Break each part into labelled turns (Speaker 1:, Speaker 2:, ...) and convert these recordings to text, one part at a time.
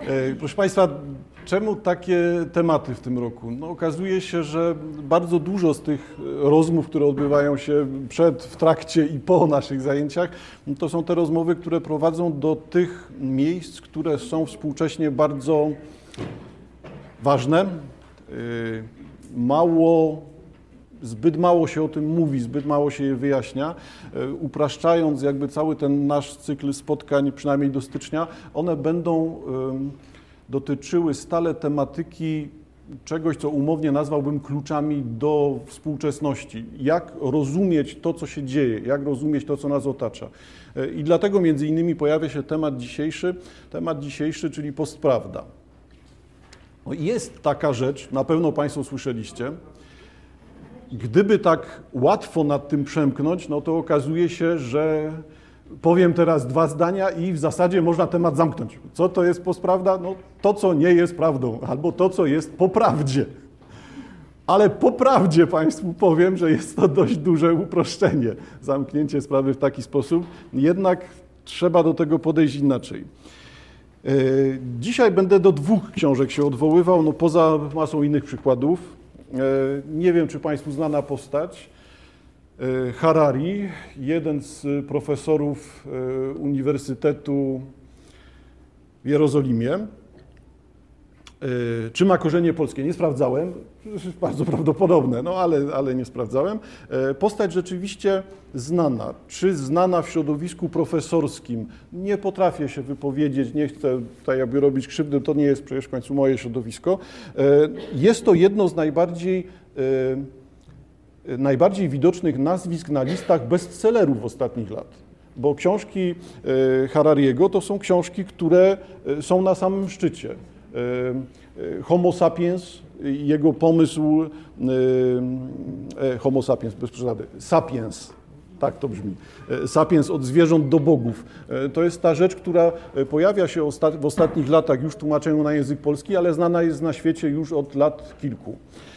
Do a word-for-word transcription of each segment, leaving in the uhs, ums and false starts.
Speaker 1: Proszę Państwa, czemu takie tematy w tym roku? No, okazuje się, że bardzo dużo z tych rozmów, które odbywają się przed, w trakcie i po naszych zajęciach, to są te rozmowy, które prowadzą do tych miejsc, które są współcześnie bardzo ważne. Mało, zbyt mało się o tym mówi, zbyt mało się je wyjaśnia. Upraszczając jakby cały ten nasz cykl spotkań, przynajmniej do stycznia, one będą dotyczyły stale tematyki czegoś, co umownie nazwałbym kluczami do współczesności. Jak rozumieć to, co się dzieje, jak rozumieć to, co nas otacza. I dlatego między innymi pojawia się temat dzisiejszy, temat dzisiejszy, czyli postprawda. No jest taka rzecz, na pewno Państwo słyszeliście, gdyby tak łatwo nad tym przemknąć, no to okazuje się, że powiem teraz dwa zdania i w zasadzie można temat zamknąć. Co to jest postprawda? No to, co nie jest prawdą, albo to, co jest po prawdzie. Ale po prawdzie Państwu powiem, że jest to dość duże uproszczenie, zamknięcie sprawy w taki sposób. Jednak trzeba do tego podejść inaczej. Dzisiaj będę do dwóch książek się odwoływał, no poza masą innych przykładów. Nie wiem, czy Państwu znana postać. Harari, jeden z profesorów Uniwersytetu w Jerozolimie. Czy ma korzenie polskie? Nie sprawdzałem, bardzo prawdopodobne, no ale, ale nie sprawdzałem. Postać rzeczywiście znana. Czy znana w środowisku profesorskim? Nie potrafię się wypowiedzieć, nie chcę tutaj jakby robić krzywdy, to nie jest przecież w końcu moje środowisko. Jest to jedno z najbardziej, najbardziej widocznych nazwisk na listach bestsellerów ostatnich lat. Bo książki Harariego to są książki, które są na samym szczycie. Homo sapiens, jego pomysł, Homo sapiens, bez przesady, sapiens, tak to brzmi, sapiens od zwierząt do bogów. To jest ta rzecz, która pojawia się w ostatnich latach już w tłumaczeniu na język polski, ale znana jest na świecie już od lat kilku.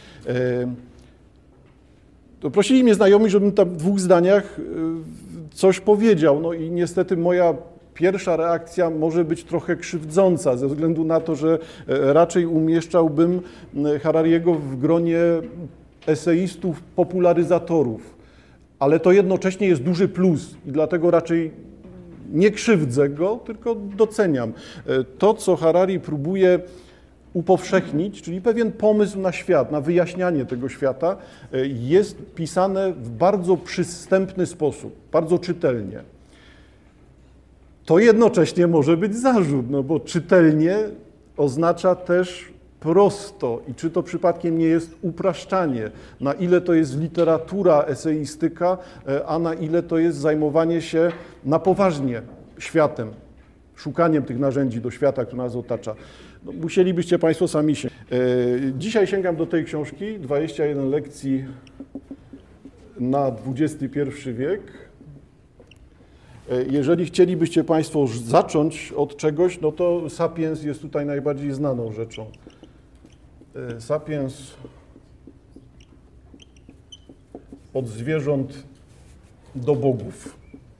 Speaker 1: To prosili mnie znajomi, żebym tam w dwóch zdaniach coś powiedział, no i niestety moja pierwsza reakcja może być trochę krzywdząca ze względu na to, że raczej umieszczałbym Harariego w gronie eseistów, popularyzatorów, ale to jednocześnie jest duży plus i dlatego raczej nie krzywdzę go, tylko doceniam. To, co Harari próbuje upowszechnić, czyli pewien pomysł na świat, na wyjaśnianie tego świata, jest pisane w bardzo przystępny sposób, bardzo czytelnie. To jednocześnie może być zarzut, no bo czytelnie oznacza też prosto i czy to przypadkiem nie jest upraszczanie, na ile to jest literatura, eseistyka, a na ile to jest zajmowanie się na poważnie światem, szukaniem tych narzędzi do świata, który nas otacza. No, musielibyście Państwo sami się... Dzisiaj sięgam do tej książki, dwadzieścia jeden lekcji na dwudziesty pierwszy wiek. Jeżeli chcielibyście Państwo zacząć od czegoś, no to Sapiens jest tutaj najbardziej znaną rzeczą. Sapiens od zwierząt do bogów.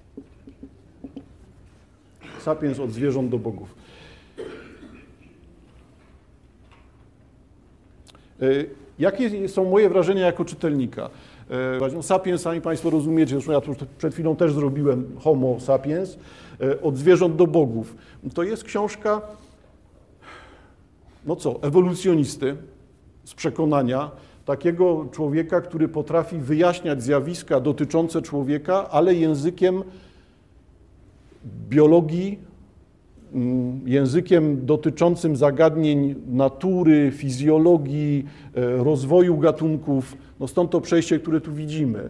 Speaker 1: Sapiens od zwierząt do bogów. Jakie są moje wrażenia jako czytelnika? Sapiens, sami Państwo rozumiecie, zresztą ja to przed chwilą też zrobiłem, Homo sapiens, od zwierząt do bogów. To jest książka, no co, ewolucjonisty z przekonania, takiego człowieka, który potrafi wyjaśniać zjawiska dotyczące człowieka, ale językiem biologii, językiem dotyczącym zagadnień natury, fizjologii, rozwoju gatunków. No stąd to przejście, które tu widzimy.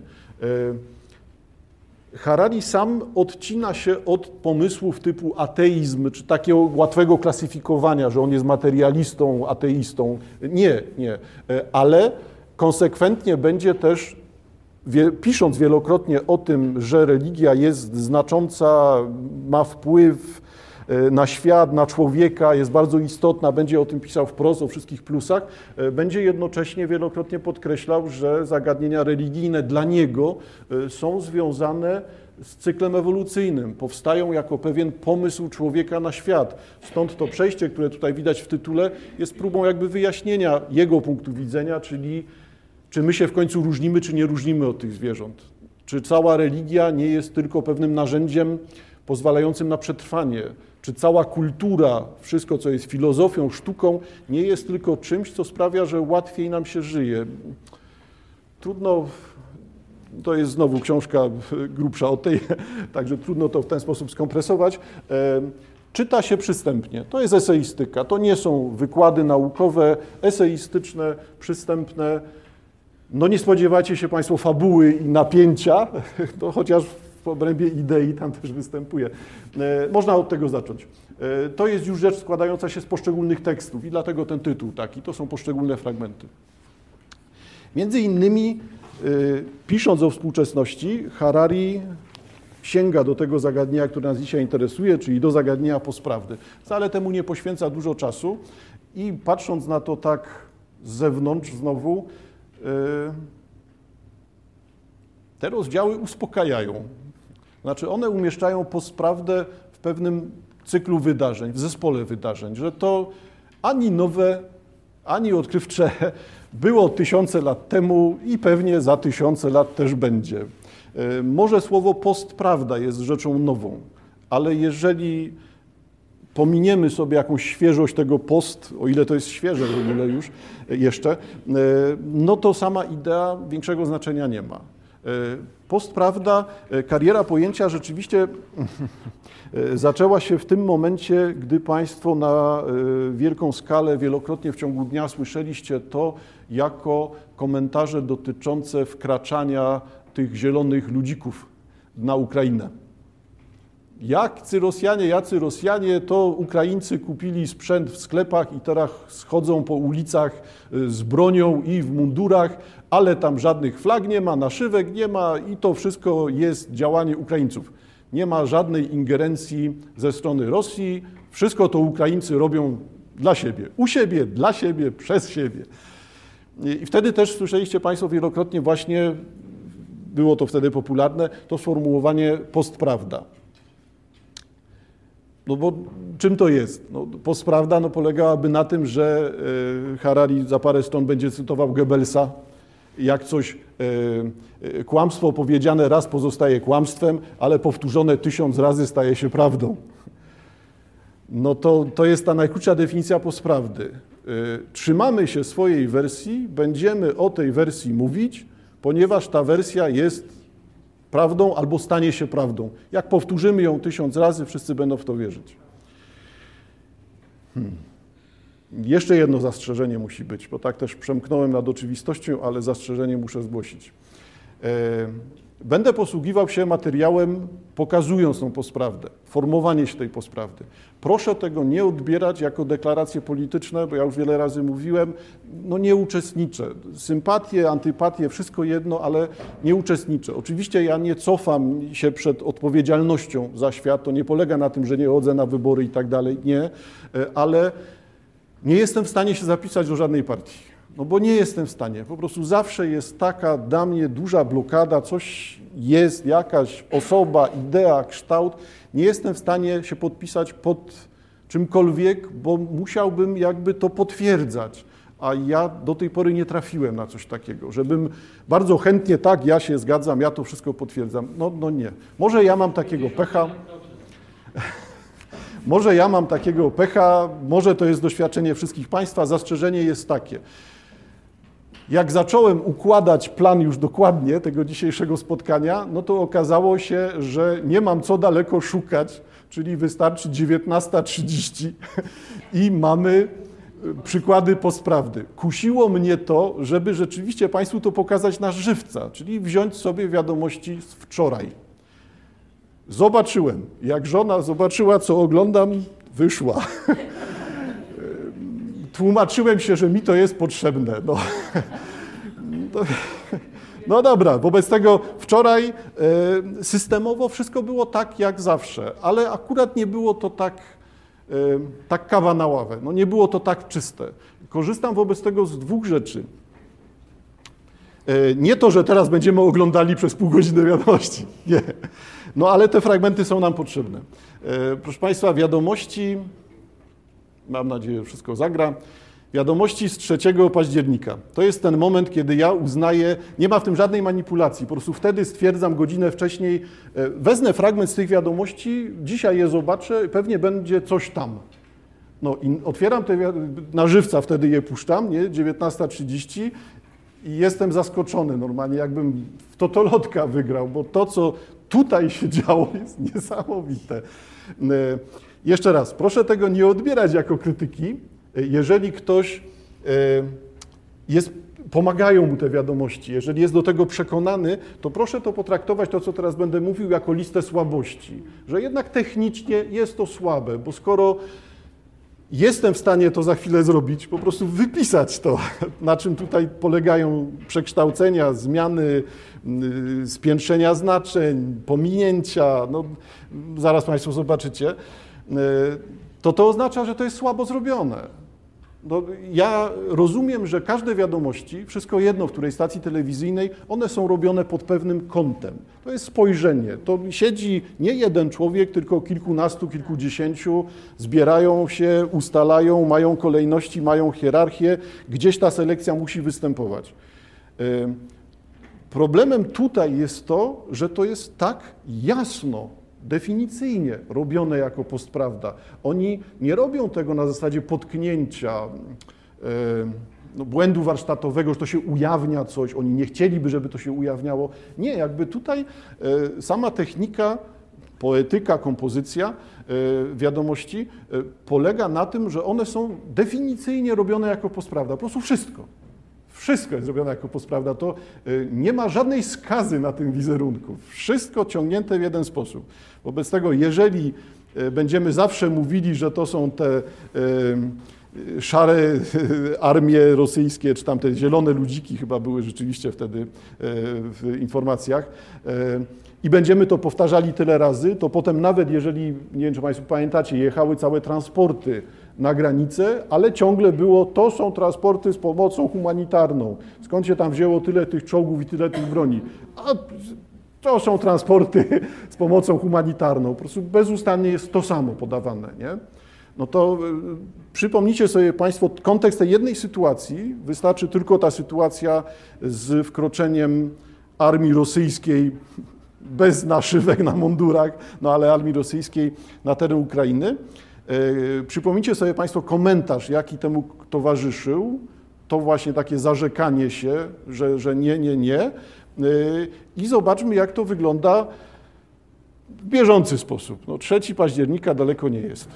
Speaker 1: Harari sam odcina się od pomysłów typu ateizm, czy takiego łatwego klasyfikowania, że on jest materialistą, ateistą. Nie, nie. Ale konsekwentnie będzie też, pisząc wielokrotnie o tym, że religia jest znacząca, ma wpływ na świat, na człowieka, jest bardzo istotna, będzie o tym pisał wprost, o wszystkich plusach, będzie jednocześnie wielokrotnie podkreślał, że zagadnienia religijne dla niego są związane z cyklem ewolucyjnym, powstają jako pewien pomysł człowieka na świat. Stąd to przejście, które tutaj widać w tytule, jest próbą jakby wyjaśnienia jego punktu widzenia, czyli czy my się w końcu różnimy, czy nie różnimy od tych zwierząt. Czy cała religia nie jest tylko pewnym narzędziem pozwalającym na przetrwanie, czy cała kultura, wszystko co jest filozofią, sztuką, nie jest tylko czymś, co sprawia, że łatwiej nam się żyje. Trudno, to jest znowu książka grubsza od tej, także trudno to w ten sposób skompresować. Czyta się przystępnie, to jest eseistyka, to nie są wykłady naukowe, eseistyczne, przystępne. No nie spodziewajcie się Państwo fabuły i napięcia, to chociaż w obrębie idei tam też występuje. Można od tego zacząć. To jest już rzecz składająca się z poszczególnych tekstów i dlatego ten tytuł taki, to są poszczególne fragmenty. Między innymi pisząc o współczesności, Harari sięga do tego zagadnienia, które nas dzisiaj interesuje, czyli do zagadnienia postprawdy. Wcale temu nie poświęca dużo czasu i patrząc na to tak z zewnątrz znowu, te rozdziały uspokajają. Znaczy one umieszczają postprawdę w pewnym cyklu wydarzeń, w zespole wydarzeń, że to ani nowe, ani odkrywcze było tysiące lat temu i pewnie za tysiące lat też będzie. Może słowo postprawda jest rzeczą nową, ale jeżeli pominiemy sobie jakąś świeżość tego post, o ile to jest świeże w ogóle już jeszcze, no to sama idea większego znaczenia nie ma. Postprawda, kariera pojęcia rzeczywiście zaczęła się w tym momencie, gdy Państwo na wielką skalę wielokrotnie w ciągu dnia słyszeliście to jako komentarze dotyczące wkraczania tych zielonych ludzików na Ukrainę. Jakcy Rosjanie, jacy Rosjanie, to Ukraińcy kupili sprzęt w sklepach i teraz schodzą po ulicach z bronią i w mundurach, ale tam żadnych flag nie ma, naszywek nie ma i to wszystko jest działanie Ukraińców. Nie ma żadnej ingerencji ze strony Rosji, wszystko to Ukraińcy robią dla siebie, u siebie, dla siebie, przez siebie. I wtedy też słyszeliście Państwo wielokrotnie właśnie, było to wtedy popularne, to sformułowanie postprawda. No bo czym to jest? No, postprawda no, polegałaby na tym, że y, Harari za parę stron będzie cytował Goebbelsa, jak coś, y, y, kłamstwo powiedziane raz pozostaje kłamstwem, ale powtórzone tysiąc razy staje się prawdą. No to, to jest ta najkrótsza definicja postprawdy. Y, trzymamy się swojej wersji, będziemy o tej wersji mówić, ponieważ ta wersja jest prawdą albo stanie się prawdą. Jak powtórzymy ją tysiąc razy, wszyscy będą w to wierzyć. Hmm. Jeszcze jedno zastrzeżenie musi być, bo tak też przemknąłem nad oczywistością, ale zastrzeżenie muszę zgłosić. Będę posługiwał się materiałem, pokazując tą postprawdę, formowanie się tej postprawdy. Proszę tego nie odbierać jako deklaracje polityczne, bo ja już wiele razy mówiłem, no nie uczestniczę. Sympatie, antypatie, wszystko jedno, ale nie uczestniczę. Oczywiście ja nie cofam się przed odpowiedzialnością za świat, to nie polega na tym, że nie chodzę na wybory i tak dalej, nie, ale nie jestem w stanie się zapisać do żadnej partii. No bo nie jestem w stanie, po prostu zawsze jest taka dla mnie duża blokada, coś jest, jakaś osoba, idea, kształt. Nie jestem w stanie się podpisać pod czymkolwiek, bo musiałbym jakby to potwierdzać, a ja do tej pory nie trafiłem na coś takiego, żebym bardzo chętnie tak, ja się zgadzam, ja to wszystko potwierdzam. No, no nie. Może ja mam takiego pecha. Może ja mam takiego pecha, może to jest doświadczenie wszystkich Państwa. Zastrzeżenie jest takie. Jak zacząłem układać plan już dokładnie tego dzisiejszego spotkania, no to okazało się, że nie mam co daleko szukać, czyli wystarczy dziewiętnasta trzydzieści i mamy przykłady postprawdy. Kusiło mnie to, żeby rzeczywiście Państwu to pokazać na żywca, czyli wziąć sobie wiadomości z wczoraj. Zobaczyłem, jak żona zobaczyła, co oglądam, wyszła. Tłumaczyłem się, że mi to jest potrzebne. No, no, no dobra, wobec tego wczoraj e, systemowo wszystko było tak jak zawsze, ale akurat nie było to tak, e, tak kawa na ławę, no nie było to tak czyste. Korzystam wobec tego z dwóch rzeczy. Nie to, że teraz będziemy oglądali przez pół godziny wiadomości, nie. No ale te fragmenty są nam potrzebne. Proszę Państwa, wiadomości, mam nadzieję, że wszystko zagra, wiadomości z trzeciego października. To jest ten moment, kiedy ja uznaję, nie ma w tym żadnej manipulacji, po prostu wtedy stwierdzam godzinę wcześniej, wezmę fragment z tych wiadomości, dzisiaj je zobaczę, pewnie będzie coś tam. No i otwieram te, na żywca wtedy je puszczam, nie, dziewiętnasta trzydzieści i jestem zaskoczony normalnie, jakbym w totolotka wygrał, bo to, co tutaj się działo, jest niesamowite. Jeszcze raz, proszę tego nie odbierać jako krytyki. Jeżeli ktoś jest, pomagają mu te wiadomości, jeżeli jest do tego przekonany, to proszę to potraktować, to co teraz będę mówił, jako listę słabości. Że jednak technicznie jest to słabe, bo skoro jestem w stanie to za chwilę zrobić, po prostu wypisać to, na czym tutaj polegają przekształcenia, zmiany, spiętrzenia znaczeń, pominięcia, no zaraz Państwo zobaczycie, to to oznacza, że to jest słabo zrobione. No, ja rozumiem, że każde wiadomości, wszystko jedno w której stacji telewizyjnej, one są robione pod pewnym kątem. To jest spojrzenie. To siedzi nie jeden człowiek, tylko kilkunastu, kilkudziesięciu, zbierają się, ustalają, mają kolejności, mają hierarchię. Gdzieś ta selekcja musi występować. Problemem tutaj jest to, że to jest tak jasno, definicyjnie robione jako postprawda. Oni nie robią tego na zasadzie potknięcia, no, błędu warsztatowego, że to się ujawnia coś, oni nie chcieliby, żeby to się ujawniało. Nie, jakby tutaj sama technika, poetyka, kompozycja wiadomości polega na tym, że one są definicyjnie robione jako postprawda. Po prostu wszystko. Wszystko jest zrobione jako postprawda. To nie ma żadnej skazy na tym wizerunku. Wszystko ciągnięte w jeden sposób. Wobec tego, jeżeli będziemy zawsze mówili, że to są te szare armie rosyjskie, czy tam te zielone ludziki chyba były rzeczywiście wtedy w informacjach, i będziemy to powtarzali tyle razy, to potem nawet jeżeli, nie wiem czy Państwo pamiętacie, jechały całe transporty na granicę, ale ciągle było, to są transporty z pomocą humanitarną. Skąd się tam wzięło tyle tych czołgów i tyle tych broni? A to są transporty z pomocą humanitarną. Po prostu bezustannie jest to samo podawane, nie? No to przypomnijcie sobie Państwo kontekst tej jednej sytuacji. Wystarczy tylko ta sytuacja z wkroczeniem armii rosyjskiej bez naszywek na mundurach, no ale armii rosyjskiej na teren Ukrainy. Przypomnijcie sobie Państwo komentarz, jaki temu towarzyszył, to właśnie takie zarzekanie się, że, że nie, nie, nie. I zobaczmy, jak to wygląda w bieżący sposób. No, trzeciego października daleko nie jest.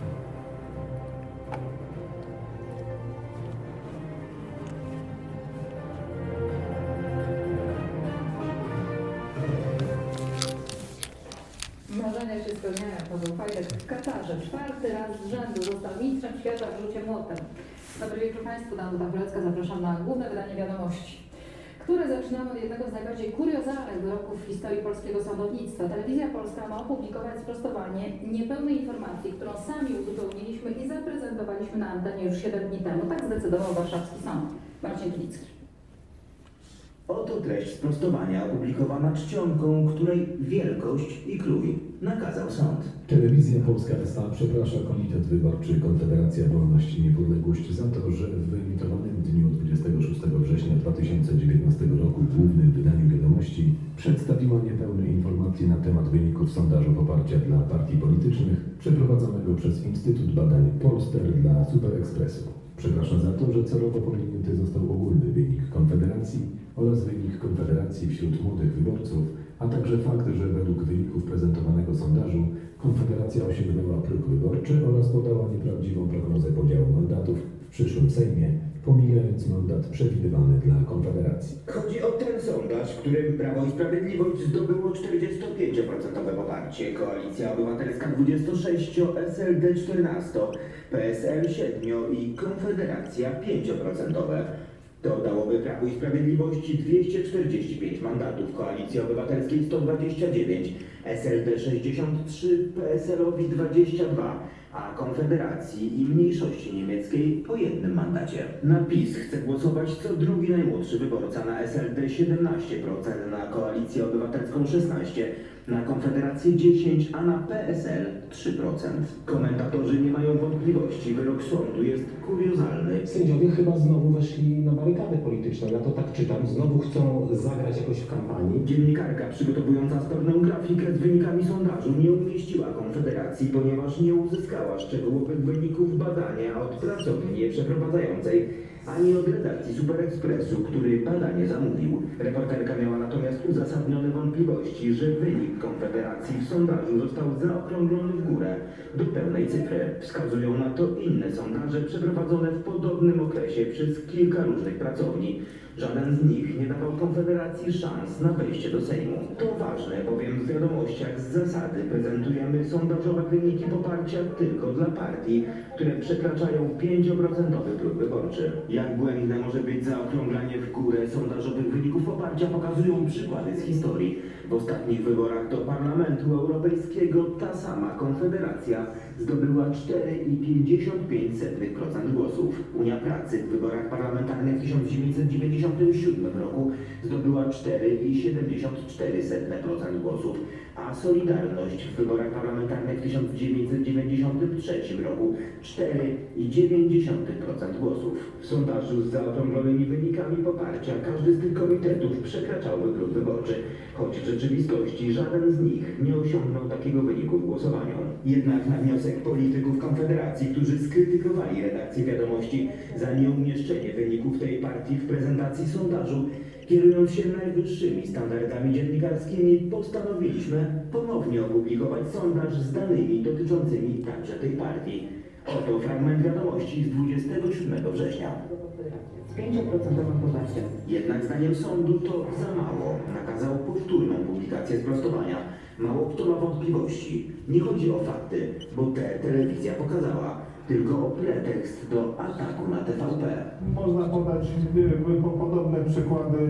Speaker 2: Marzenia się spełniają, Paweł Fajtek w Katarze. Czwarty raz z rzędu został mistrzem świata w rzucie młotem. Dobry wieczór Państwu, Danuta Wrocka, zapraszam na główne wydanie wiadomości, które zaczynamy od jednego z najbardziej kuriozalnych wyroków w historii polskiego sądownictwa. Telewizja Polska ma opublikować sprostowanie niepełnej informacji, którą sami uzupełniliśmy i zaprezentowaliśmy na antenie już siedem dni temu. Tak zdecydował warszawski sąd. Marcin Klicki.
Speaker 3: Oto treść sprostowania opublikowana czcionką, której wielkość i krój nakazał sąd.
Speaker 4: Telewizja Polska S A przeprasza Komitet Wyborczy Konfederacja Wolność i Niepodległość za to, że w wyemitowanym w dniu dwudziestego szóstego września dwa tysiące dziewiętnastego roku głównym wydaniu wiadomości przedstawiła niepełne informacje na temat wyników sondażu poparcia dla partii politycznych przeprowadzonego przez Instytut Badań Polster dla Superekspresu. Przepraszam za to, że celowo pominięty został ogólny wynik Konfederacji oraz wynik Konfederacji wśród młodych wyborców, a także fakt, że według wyników prezentowanego sondażu Konfederacja osiągnęła próg wyborczy oraz podała nieprawdziwą prognozę podziału mandatów w przyszłym Sejmie, pomijając mandat przewidywany dla Konfederacji.
Speaker 3: Chodzi o ten sondaż, w którym Prawo i Sprawiedliwość zdobyło czterdziestopięcioprocentowe poparcie, Koalicja Obywatelska dwadzieścia sześć, S L D czternaście, P S L siedem i Konfederacja pięcioprocentowe. To dałoby Prawu i Sprawiedliwości dwieście czterdzieści pięć mandatów, Koalicji Obywatelskiej sto dwadzieścia dziewięć, S L D sześćdziesiąt trzy, P S L-owi dwadzieścia dwa, a Konfederacji i Mniejszości Niemieckiej po jednym mandacie. Na PiS chce głosować co drugi najmłodszy wyborca, na S L D siedemnaście procent, na Koalicję Obywatelską szesnaście procent, na Konfederację dziesięć procent, a na P S L trzy procent. Komentatorzy nie mają wątpliwości, wyrok sądu jest kuriozalny.
Speaker 5: Sędziowie chyba znowu weszli na barykadę polityczną, ja to tak czytam, znowu chcą zagrać jakoś w kampanii.
Speaker 3: Dziennikarka przygotowująca sprawną grafikę z wynikami sondażu nie umieściła Konfederacji, ponieważ nie uzyskała szczegółowych wyników badania od pracowni je przeprowadzającej, ani od redakcji Super Expressu, który badanie zamówił. Reporterka miała natomiast uzasadnione wątpliwości, że wynik Konfederacji w sondażu został zaokrąglony w górę do pełnej cyfry. Wskazują na to inne sondaże przeprowadzone w podobnym okresie przez kilka różnych pracowni. Żaden z nich nie dawał Konfederacji szans na wejście do Sejmu. To ważne, bowiem w wiadomościach z zasady prezentujemy sondażowe wyniki poparcia tylko dla partii, które przekraczają pięć procent próg wyborczy. Jak błędne może być zaokrąglanie w górę sondażowych wyników poparcia, pokazują przykłady z historii. W ostatnich wyborach do Parlamentu Europejskiego ta sama Konfederacja zdobyła cztery przecinek pięćdziesiąt pięć procent głosów. Unia Pracy w wyborach parlamentarnych w tysiąc dziewięćset dziewięćdziesiątym siódmym roku zdobyła cztery przecinek siedemdziesiąt cztery procent głosów, a Solidarność w wyborach parlamentarnych w tysiąc dziewięćset dziewięćdziesiątym trzecim roku cztery przecinek dziewięć procent głosów. W sondażu z zaokrąglonymi wynikami poparcia każdy z tych komitetów przekraczałby próg wyborczy, choć w rzeczywistości żaden z nich nie osiągnął takiego wyniku w głosowaniu. Jednak na wniosek polityków Konfederacji, którzy skrytykowali redakcję Wiadomości za nieumieszczenie wyników tej partii w prezentacji sondażu, kierując się najwyższymi standardami dziennikarskimi, postanowiliśmy ponownie opublikować sondaż z danymi dotyczącymi także tej partii. Oto fragment Wiadomości z dwudziestego siódmego września.
Speaker 2: Z pięć procent poparcia.
Speaker 3: Jednak zdaniem sądu to za mało. Nakazał powtórną publikację sprostowania. Mało kto ma wątpliwości. Nie chodzi o fakty, bo te telewizja pokazała, tylko o pretekst do ataku na T V P.
Speaker 6: Można podać y, po, podobne przykłady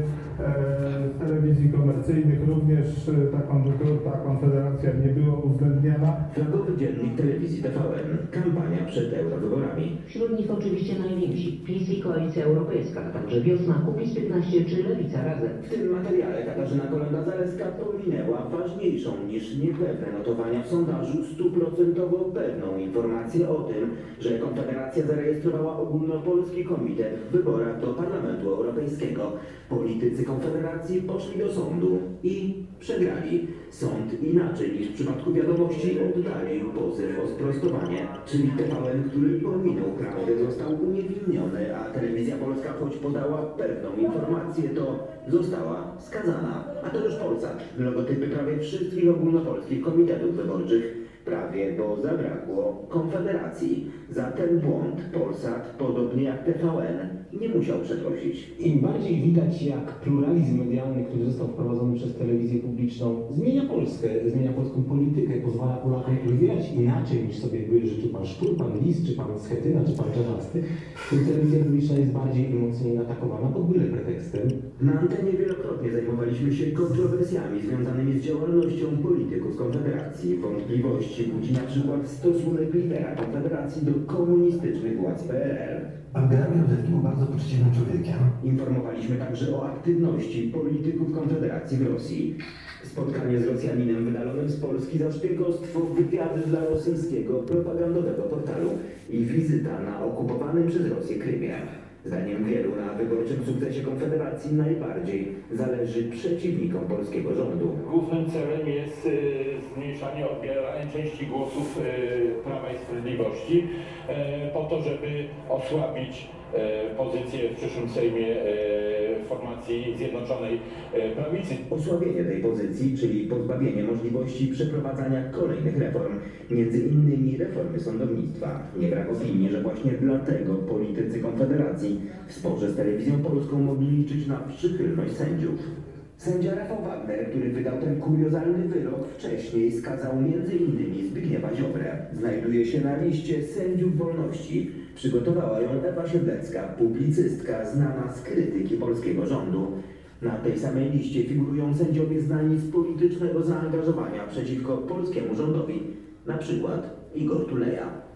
Speaker 6: e, telewizji komercyjnych. Również e, ta, ta konfederacja nie była uwzględniana.
Speaker 3: Flagowy dziennik telewizji T V N. Kampania przed eurowyborami.
Speaker 7: Wśród nich oczywiście najwięksi. PiS i Koalicja Europejska, a także Wiosna, Kukiz piętnaście czy Lewica Razem.
Speaker 3: W tym materiale Katarzyna Kolenda-Zaleska pominęła ważniejszą niż niepewne notowania w sondażu stuprocentowo pewną informację o tym, że Konfederacja zarejestrowała ogólnopolski komitet w wyborach do Parlamentu Europejskiego. Politycy Konfederacji poszli do sądu i przegrali. Sąd inaczej niż w przypadku Wiadomości oddalił pozew o sprostowanie, czyli T V N, który pominął prawdę, został uniewinniony, a Telewizja Polska, choć podała pewną informację, to została skazana. A to już Polsat, logotypy prawie wszystkich ogólnopolskich komitetów wyborczych. Prawie, bo zabrakło Konfederacji. Za ten błąd Polsat, podobnie jak T V N, nie musiał przeprosić.
Speaker 5: Im bardziej widać, jak pluralizm medialny, który został wprowadzony przez telewizję publiczną, zmienia Polskę, zmienia polską politykę, pozwala Polakom wybierać inaczej niż sobie życzył pan Sztur, pan Lis, czy pan Schetyna, czy pan Czarzasty, tym telewizja publiczna jest bardziej i mocniej atakowana pod byle pretekstem.
Speaker 3: Na antenie wielokrotnie zajmowaliśmy się kontrowersjami związanymi z działalnością polityków Konfederacji. Wątpliwości budzi na przykład stosunek lidera Konfederacji do komunistycznych władz P R L.
Speaker 8: Pan Gerard Rudecki był bardzo poczciwym człowiekiem.
Speaker 3: Informowaliśmy także o aktywności polityków Konfederacji w Rosji. Spotkanie z Rosjaninem wydalonym z Polski za szpiegostwo, wywiady dla rosyjskiego propagandowego portalu i wizyta na okupowanym przez Rosję Krymie. Zdaniem wielu na wyborczym sukcesie Konfederacji najbardziej zależy przeciwnikom polskiego rządu.
Speaker 9: Głównym celem jest y, zmniejszanie odbierania części głosów y, Prawa i Sprawiedliwości y, po to, żeby osłabić y, pozycję w przyszłym Sejmie y, formacji Zjednoczonej y, Prawicy.
Speaker 3: Osłabienie tej pozycji, czyli pozbawienie możliwości przeprowadzania kolejnych reform, między innymi reformy sądownictwa. Nie brak opinii, że właśnie dlatego politycy Konfederacji w sporze z Telewizją Polską mogli liczyć na przychylność sędziów. Sędzia Rafał Wagner, który wydał ten kuriozalny wyrok, wcześniej skazał między innymi Zbigniewa Ziobrę. Znajduje się na liście sędziów wolności. Przygotowała ją Ewa Siedlecka, publicystka znana z krytyki polskiego rządu. Na tej samej liście figurują sędziowie znani z politycznego zaangażowania przeciwko polskiemu rządowi. Na przykład Igor Tuleja.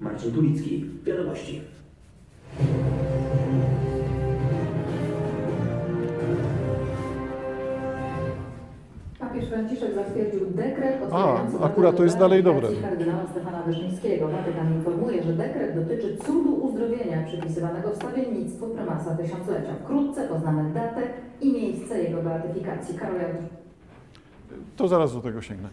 Speaker 3: Marcin Tulicki, Wiadomości.
Speaker 2: Papież Franciszek zatwierdził dekret otwierający
Speaker 1: A, akurat to jest dalej dobre.
Speaker 2: kardynała Stefana Wyszyńskiego. Watykan informuje, że dekret dotyczy cudu uzdrowienia przypisywanego wstawiennictwu prymasa tysiąclecia. Wkrótce poznamy datę i miejsce jego beatyfikacji. Karol Jałdr.
Speaker 1: To zaraz do tego sięgnę.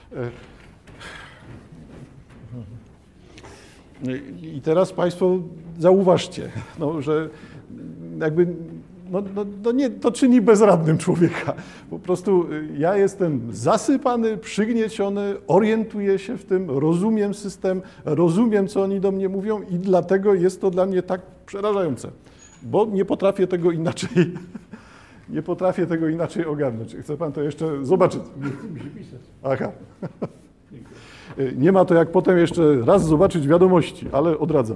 Speaker 1: I teraz Państwo zauważcie, no, że jakby no, no, no nie, to czyni bezradnym człowieka. Po prostu ja jestem zasypany, przygnieciony, orientuję się w tym, rozumiem system, rozumiem, co oni do mnie mówią i dlatego jest to dla mnie tak przerażające, bo nie potrafię tego inaczej, nie potrafię tego inaczej ogarnąć. Chce Pan to jeszcze zobaczyć?
Speaker 6: Nie chce mi się pisać.
Speaker 1: Aha. Nie ma to jak potem jeszcze raz zobaczyć Wiadomości, ale odradzam.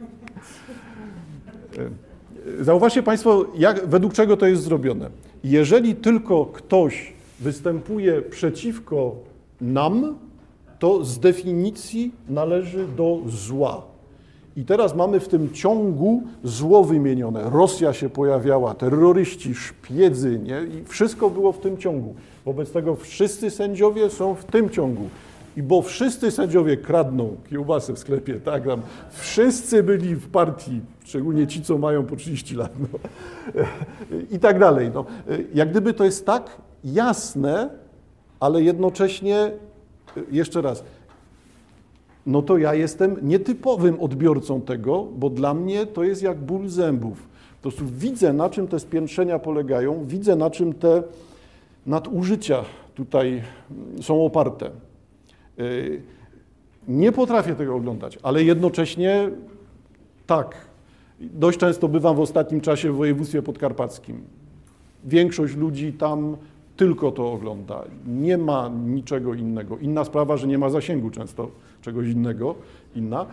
Speaker 1: Zauważcie Państwo, jak, według czego to jest zrobione. Jeżeli tylko ktoś występuje przeciwko nam, to z definicji należy do zła. I teraz mamy w tym ciągu zło wymienione. Rosja się pojawiała, terroryści, szpiedzy, nie? I wszystko było w tym ciągu. Wobec tego wszyscy sędziowie są w tym ciągu. I bo wszyscy sędziowie kradną kiełbasę w sklepie, tak, tam wszyscy byli w partii, szczególnie ci, co mają po trzydzieści lat, no. I tak dalej. No. Jak gdyby to jest tak jasne, ale jednocześnie, jeszcze raz, no to ja jestem nietypowym odbiorcą tego, bo dla mnie to jest jak ból zębów. Po prostu widzę, na czym te spiętrzenia polegają, widzę, na czym te nadużycia tutaj są oparte. Nie potrafię tego oglądać, ale jednocześnie tak. Dość często bywam w ostatnim czasie w województwie podkarpackim. Większość ludzi tam tylko to ogląda. Nie ma niczego innego. Inna sprawa, że nie ma zasięgu często czegoś innego, inna.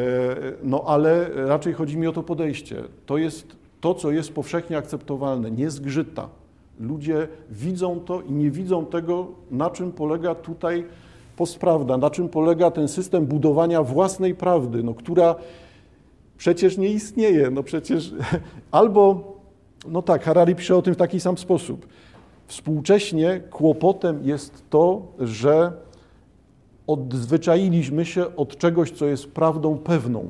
Speaker 1: No ale raczej chodzi mi o to podejście. To jest to, co jest powszechnie akceptowalne, nie zgrzyta. Ludzie widzą to i nie widzą tego, na czym polega tutaj postprawda, na czym polega ten system budowania własnej prawdy, no, która przecież nie istnieje. No przecież albo, no tak, Harari pisze o tym w taki sam sposób. Współcześnie kłopotem jest to, że odzwyczailiśmy się od czegoś, co jest prawdą pewną.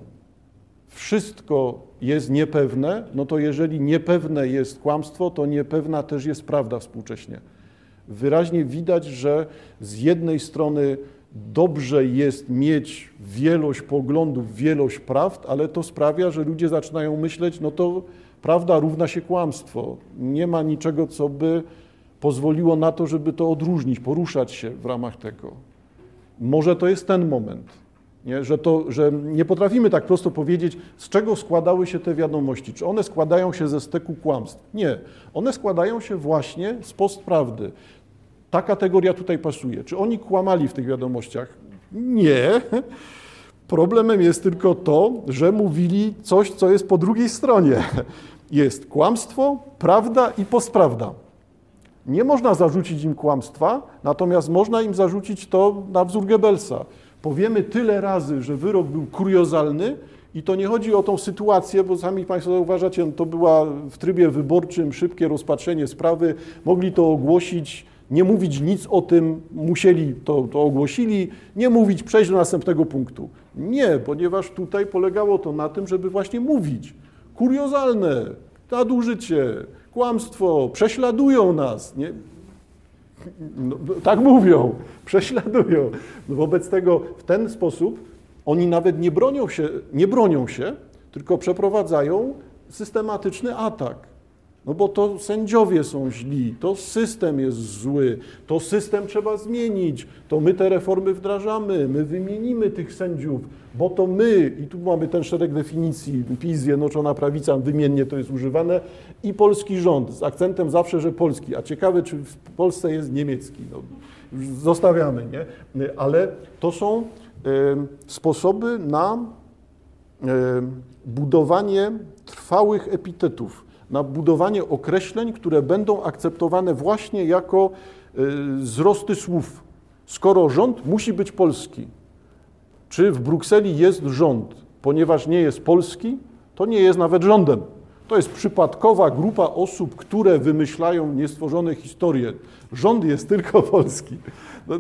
Speaker 1: Wszystko jest niepewne, no to jeżeli niepewne jest kłamstwo, to niepewna też jest prawda współcześnie. Wyraźnie widać, że z jednej strony dobrze jest mieć wielość poglądów, wielość prawd, ale to sprawia, że ludzie zaczynają myśleć, no to prawda równa się kłamstwo. Nie ma niczego, co by pozwoliło na to, żeby to odróżnić, poruszać się w ramach tego. Może to jest ten moment, nie? Że, to, że nie potrafimy tak prosto powiedzieć, z czego składały się te wiadomości. Czy one składają się ze steku kłamstw? Nie. One składają się właśnie z postprawdy. Ta kategoria tutaj pasuje. Czy oni kłamali w tych wiadomościach? Nie. Problemem jest tylko to, że mówili coś, co jest po drugiej stronie. Jest kłamstwo, prawda i postprawda. Nie można zarzucić im kłamstwa, natomiast można im zarzucić to na wzór Goebbelsa. Powiemy tyle razy, że wyrok był kuriozalny i to nie chodzi o tą sytuację, bo sami Państwo zauważacie, to była w trybie wyborczym szybkie rozpatrzenie sprawy, mogli to ogłosić, nie mówić nic o tym, musieli to, to ogłosili, nie mówić, przejść do następnego punktu. Nie, ponieważ tutaj polegało to na tym, żeby właśnie mówić. Kuriozalne, nadużycie, kłamstwo, prześladują nas. Nie? No, tak mówią, prześladują. No wobec tego w ten sposób oni nawet nie bronią się, nie bronią się, tylko przeprowadzają systematyczny atak. No bo to sędziowie są źli, to system jest zły, to system trzeba zmienić, to my te reformy wdrażamy, my wymienimy tych sędziów, bo to my, i tu mamy ten szereg definicji, PiS, Zjednoczona Prawica, wymiennie to jest używane, i polski rząd, z akcentem zawsze, że polski, a ciekawe, czy w Polsce jest niemiecki, no, zostawiamy, nie? Ale to są y, sposoby na y, budowanie trwałych epitetów, na budowanie określeń, które będą akceptowane właśnie jako y, wzrosty słów. Skoro rząd musi być polski, czy w Brukseli jest rząd, ponieważ nie jest polski, to nie jest nawet rządem. To jest przypadkowa grupa osób, które wymyślają niestworzone historie. Rząd jest tylko polski. No,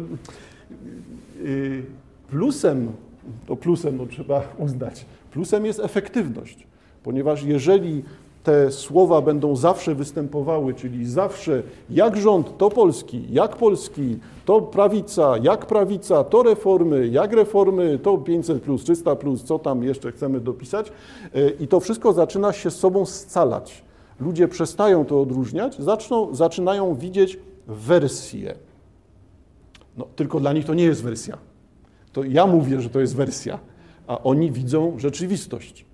Speaker 1: yy, plusem, to plusem no, trzeba uznać, plusem jest efektywność, ponieważ jeżeli te słowa będą zawsze występowały, czyli zawsze jak rząd, to polski, jak polski, to prawica, jak prawica, to reformy, jak reformy, to pięćset plus, trzysta plus, co tam jeszcze chcemy dopisać. I to wszystko zaczyna się z sobą scalać. Ludzie przestają to odróżniać, zaczną, zaczynają widzieć wersję. No, tylko dla nich to nie jest wersja. To ja mówię, że to jest wersja, a oni widzą rzeczywistość.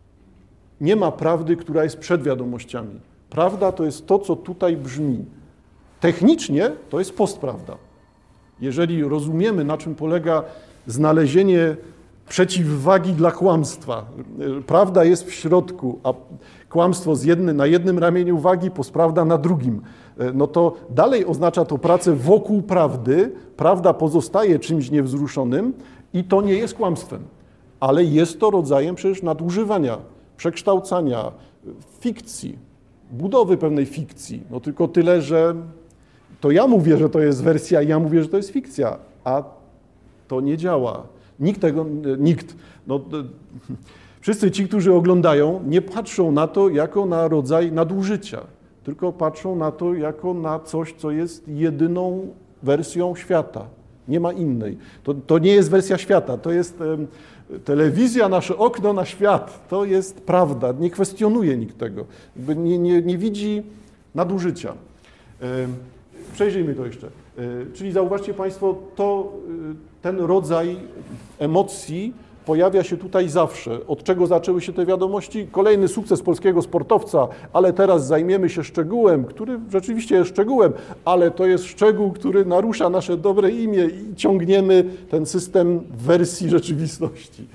Speaker 1: Nie ma prawdy, która jest przed wiadomościami. Prawda to jest to, co tutaj brzmi. Technicznie to jest postprawda. Jeżeli rozumiemy, na czym polega znalezienie przeciwwagi dla kłamstwa, prawda jest w środku, a kłamstwo z jedny, na jednym ramieniu wagi, postprawda na drugim, no to dalej oznacza to pracę wokół prawdy, prawda pozostaje czymś niewzruszonym i to nie jest kłamstwem, ale jest to rodzajem przecież nadużywania, przekształcania, fikcji, budowy pewnej fikcji. No tylko tyle, że to ja mówię, że to jest wersja i ja mówię, że to jest fikcja, a to nie działa. Nikt tego, nikt. No, wszyscy ci, którzy oglądają, nie patrzą na to jako na rodzaj nadużycia, tylko patrzą na to jako na coś, co jest jedyną wersją świata. Nie ma innej. To, to nie jest wersja świata, to jest um, telewizja, nasze okno na świat. To jest prawda, nie kwestionuje nikt tego. Nie, nie, nie widzi nadużycia. Um, przejrzyjmy to jeszcze. Um, czyli zauważcie Państwo, to, um, ten rodzaj emocji pojawia się tutaj zawsze. Od czego zaczęły się te wiadomości? Kolejny sukces polskiego sportowca, ale teraz zajmiemy się szczegółem, który rzeczywiście jest szczegółem, ale to jest szczegół, który narusza nasze dobre imię i ciągniemy ten system wersji rzeczywistości.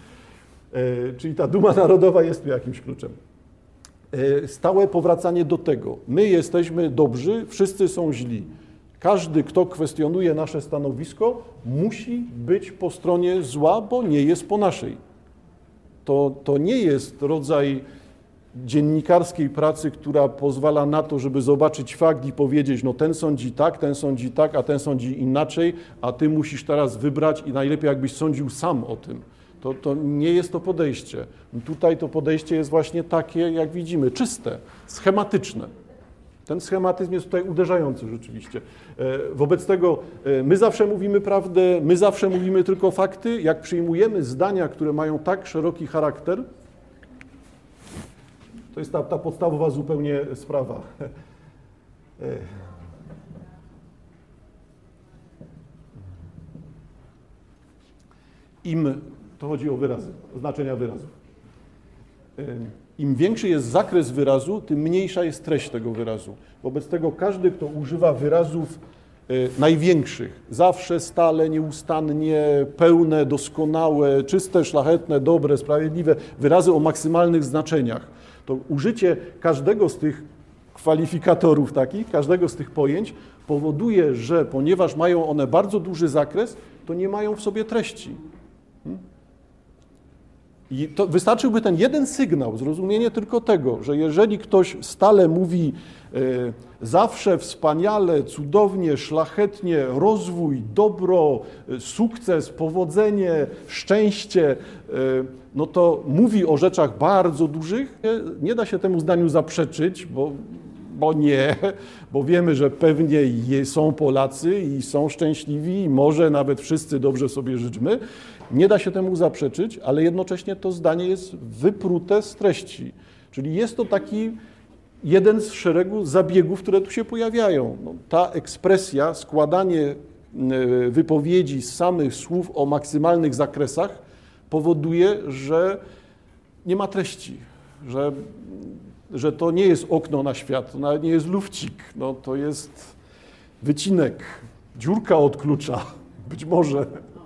Speaker 1: E, czyli ta duma narodowa jest tu jakimś kluczem. E, stałe powracanie do tego. My jesteśmy dobrzy, wszyscy są źli. Każdy, kto kwestionuje nasze stanowisko, musi być po stronie zła, bo nie jest po naszej. To, to nie jest rodzaj dziennikarskiej pracy, która pozwala na to, żeby zobaczyć fakt i powiedzieć, no ten sądzi tak, ten sądzi tak, a ten sądzi inaczej, a ty musisz teraz wybrać i najlepiej jakbyś sądził sam o tym. To, to nie jest to podejście. Tutaj to podejście jest właśnie takie, jak widzimy, czyste, schematyczne. Ten schematyzm jest tutaj uderzający rzeczywiście. Wobec tego my zawsze mówimy prawdę, my zawsze mówimy tylko fakty. Jak przyjmujemy zdania, które mają tak szeroki charakter, to jest ta, ta podstawowa zupełnie sprawa. Im, to chodzi o wyrazy, znaczenia wyrazów. Im większy jest zakres wyrazu, tym mniejsza jest treść tego wyrazu. Wobec tego każdy, kto używa wyrazów największych, zawsze, stale, nieustannie, pełne, doskonałe, czyste, szlachetne, dobre, sprawiedliwe, wyrazy o maksymalnych znaczeniach, to użycie każdego z tych kwalifikatorów takich, każdego z tych pojęć powoduje, że ponieważ mają one bardzo duży zakres, to nie mają w sobie treści. Hmm? I to wystarczyłby ten jeden sygnał, zrozumienie tylko tego, że jeżeli ktoś stale mówi y, zawsze wspaniale, cudownie, szlachetnie, rozwój, dobro, y, sukces, powodzenie, szczęście, y, no to mówi o rzeczach bardzo dużych, nie, nie da się temu zdaniu zaprzeczyć, bo, bo nie, bo wiemy, że pewnie są Polacy i są szczęśliwi i może nawet wszyscy dobrze sobie życzmy. Nie da się temu zaprzeczyć, ale jednocześnie to zdanie jest wyprute z treści. Czyli jest to taki jeden z szeregu zabiegów, które tu się pojawiają. No, ta ekspresja, składanie wypowiedzi z samych słów o maksymalnych zakresach powoduje, że nie ma treści, że, że to nie jest okno na świat, to nawet nie jest lufcik, no, to jest wycinek, dziurka od klucza, być może.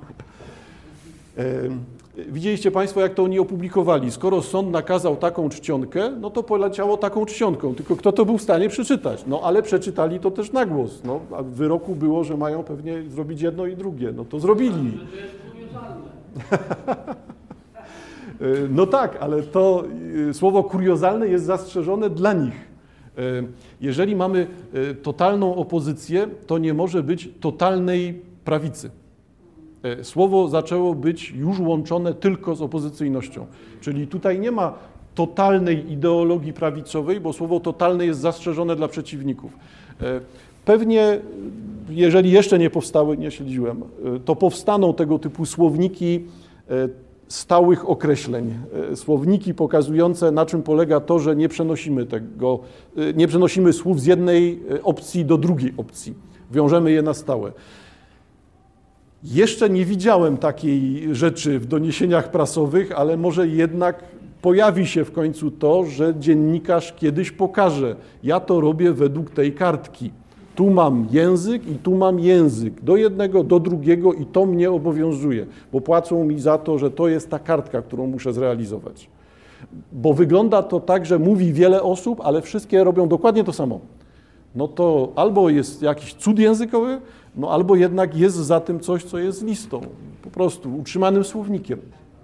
Speaker 1: Widzieliście Państwo, jak to oni opublikowali. Skoro sąd nakazał taką czcionkę, no to poleciało taką czcionką. Tylko kto to był w stanie przeczytać? No ale przeczytali to też na głos. No, a w wyroku było, że mają pewnie zrobić jedno i drugie. No to zrobili. No tak, ale to słowo kuriozalne jest zastrzeżone dla nich. Jeżeli mamy totalną opozycję, to nie może być totalnej prawicy. Słowo zaczęło być już łączone tylko z opozycyjnością. Czyli tutaj nie ma totalnej ideologii prawicowej, bo słowo totalne jest zastrzeżone dla przeciwników. Pewnie, jeżeli jeszcze nie powstały, nie śledziłem, to powstaną tego typu słowniki stałych określeń, słowniki pokazujące, na czym polega to, że nie przenosimy tego, nie przenosimy słów z jednej opcji do drugiej opcji. Wiążemy je na stałe. Jeszcze nie widziałem takiej rzeczy w doniesieniach prasowych, ale może jednak pojawi się w końcu to, że dziennikarz kiedyś pokaże, ja to robię według tej kartki. Tu mam język i tu mam język. Do jednego, do drugiego i to mnie obowiązuje, bo płacą mi za to, że to jest ta kartka, którą muszę zrealizować. Bo wygląda to tak, że mówi wiele osób, ale wszystkie robią dokładnie to samo. No to albo jest jakiś cud językowy, no albo jednak jest za tym coś, co jest listą, po prostu utrzymanym słownikiem.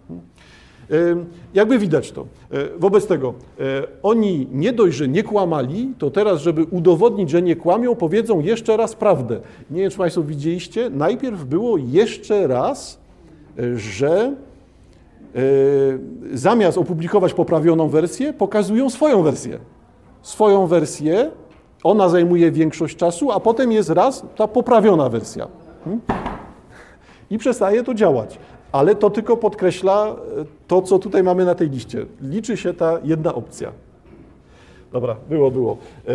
Speaker 1: Jakby widać to. Wobec tego oni nie dość, że nie kłamali, to teraz, żeby udowodnić, że nie kłamią, powiedzą jeszcze raz prawdę. Nie wiem, czy Państwo widzieliście, najpierw było jeszcze raz, że zamiast opublikować poprawioną wersję, pokazują swoją wersję. Swoją wersję, ona zajmuje większość czasu, a potem jest raz ta poprawiona wersja. I przestaje to działać. Ale to tylko podkreśla to, co tutaj mamy na tej liście. Liczy się ta jedna opcja. Dobra, było, było.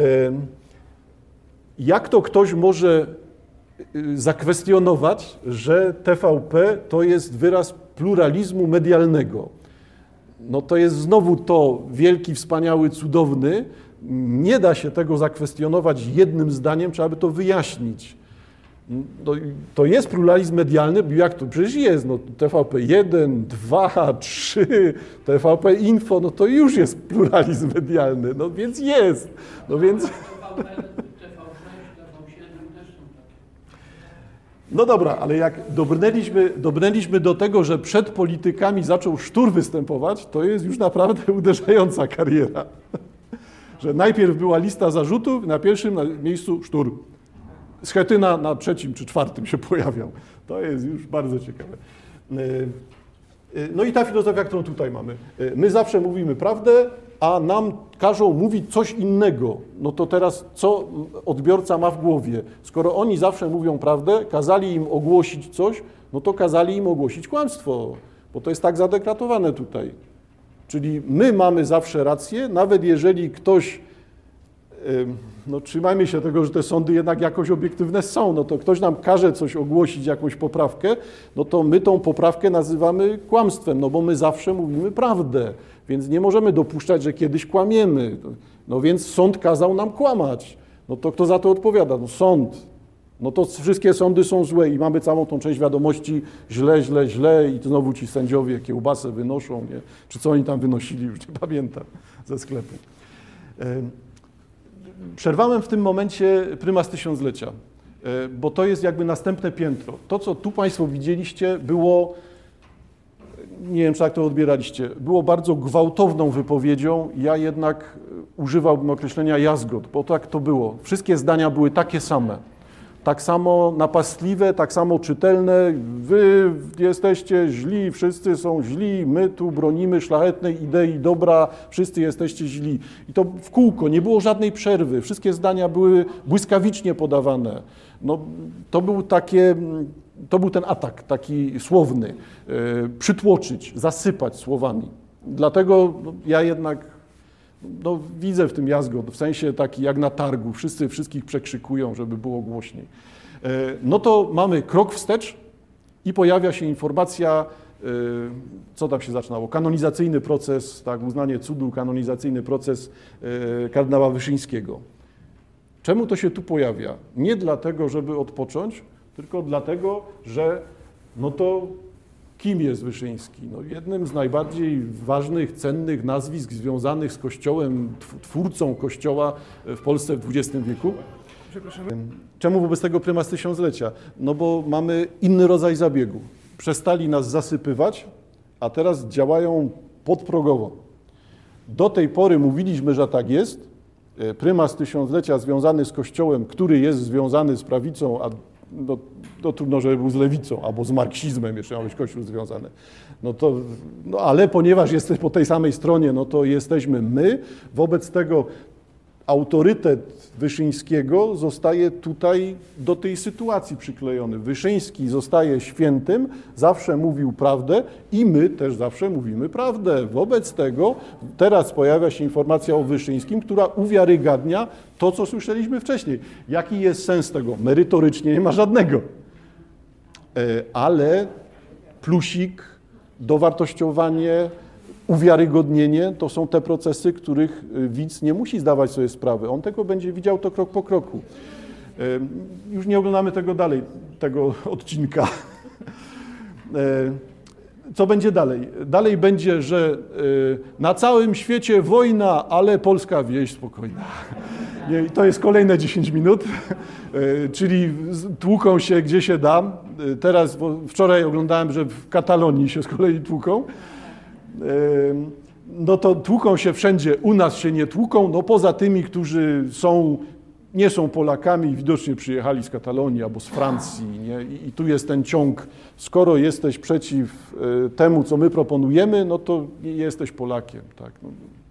Speaker 1: Jak to ktoś może zakwestionować, że T V P to jest wyraz pluralizmu medialnego? No to jest znowu to wielki, wspaniały, cudowny. Nie da się tego zakwestionować jednym zdaniem, trzeba by to wyjaśnić. No, to jest pluralizm medialny, jak to przecież jest, no T V P jeden, dwa, trzy, T V P Info, no to już jest pluralizm medialny, no więc jest, no więc... No dobra, ale jak dobrnęliśmy, dobrnęliśmy do tego, że przed politykami zaczął Sztur występować, to jest już naprawdę uderzająca kariera. Że najpierw była lista zarzutów, na pierwszym miejscu Sztur. Schetyna na trzecim czy czwartym się pojawiał. To jest już bardzo ciekawe. No i ta filozofia, którą tutaj mamy. My zawsze mówimy prawdę, a nam każą mówić coś innego. No to teraz co odbiorca ma w głowie? Skoro oni zawsze mówią prawdę, kazali im ogłosić coś, no to kazali im ogłosić kłamstwo, bo to jest tak zadekratowane tutaj. Czyli my mamy zawsze rację, nawet jeżeli ktoś, no trzymajmy się tego, że te sądy jednak jakoś obiektywne są, no to ktoś nam każe coś ogłosić, jakąś poprawkę, no to my tą poprawkę nazywamy kłamstwem, no bo my zawsze mówimy prawdę, więc nie możemy dopuszczać, że kiedyś kłamiemy. No więc sąd kazał nam kłamać. No to kto za to odpowiada? No sąd. No to wszystkie sądy są złe i mamy całą tą część wiadomości źle, źle, źle i znowu ci sędziowie kiełbasę wynoszą, nie? Czy co oni tam wynosili, już nie pamiętam, ze sklepu. Przerwałem w tym momencie prymas tysiąclecia, bo to jest jakby następne piętro. To, co tu Państwo widzieliście, było, nie wiem, czy tak to odbieraliście, było bardzo gwałtowną wypowiedzią. Ja jednak używałbym określenia jazgot, bo tak to było. Wszystkie zdania były takie same. Tak samo napastliwe, tak samo czytelne. Wy jesteście źli, wszyscy są źli, my tu bronimy szlachetnej idei dobra, wszyscy jesteście źli. I to w kółko, nie było żadnej przerwy, wszystkie zdania były błyskawicznie podawane. No, to był takie, to był ten atak taki słowny, yy, przytłoczyć, zasypać słowami. Dlatego no, ja jednak no, widzę w tym jazgot, w sensie taki jak na targu, wszyscy wszystkich przekrzykują, żeby było głośniej. No to mamy krok wstecz i pojawia się informacja, co tam się zaczynało, kanonizacyjny proces, tak, uznanie cudu, kanonizacyjny proces kardynała Wyszyńskiego. Czemu to się tu pojawia? Nie dlatego, żeby odpocząć, tylko dlatego, że no to kim jest Wyszyński? No jednym z najbardziej ważnych, cennych nazwisk związanych z Kościołem, twórcą Kościoła w Polsce w dwudziestym wieku. Czemu wobec tego prymas tysiąclecia? No bo mamy inny rodzaj zabiegu. przestali nas zasypywać, a teraz działają podprogowo. Do tej pory mówiliśmy, że tak jest. Prymas tysiąclecia związany z Kościołem, który jest związany z prawicą, a no, no trudno, żeby był z lewicą, albo z marksizmem, jeszcze ma być Kościół związany. No to, no ale ponieważ jesteś po tej samej stronie, no to jesteśmy my. Wobec tego autorytet Wyszyńskiego zostaje tutaj do tej sytuacji przyklejony. Wyszyński zostaje świętym, zawsze mówił prawdę i my też zawsze mówimy prawdę. Wobec tego teraz pojawia się informacja o Wyszyńskim, która uwiarygadnia to, co słyszeliśmy wcześniej. Jaki jest sens tego? Merytorycznie nie ma żadnego. Ale plusik, dowartościowanie, uwiarygodnienie to są te procesy, których widz nie musi zdawać sobie sprawy. On tego będzie widział to krok po kroku. Już nie oglądamy tego dalej, tego odcinka. Co będzie dalej? Dalej będzie, że na całym świecie wojna, ale polska wieś spokojna. I to jest kolejne dziesięć minut, czyli tłuką się gdzie się da. Teraz, wczoraj oglądałem, że w Katalonii się z kolei tłuką. No to tłuką się wszędzie, u nas się nie tłuką, no poza tymi, którzy są, nie są Polakami i widocznie przyjechali z Katalonii albo z Francji, nie? I, i tu jest ten ciąg, skoro jesteś przeciw temu, co my proponujemy, no to jesteś Polakiem, tak. No.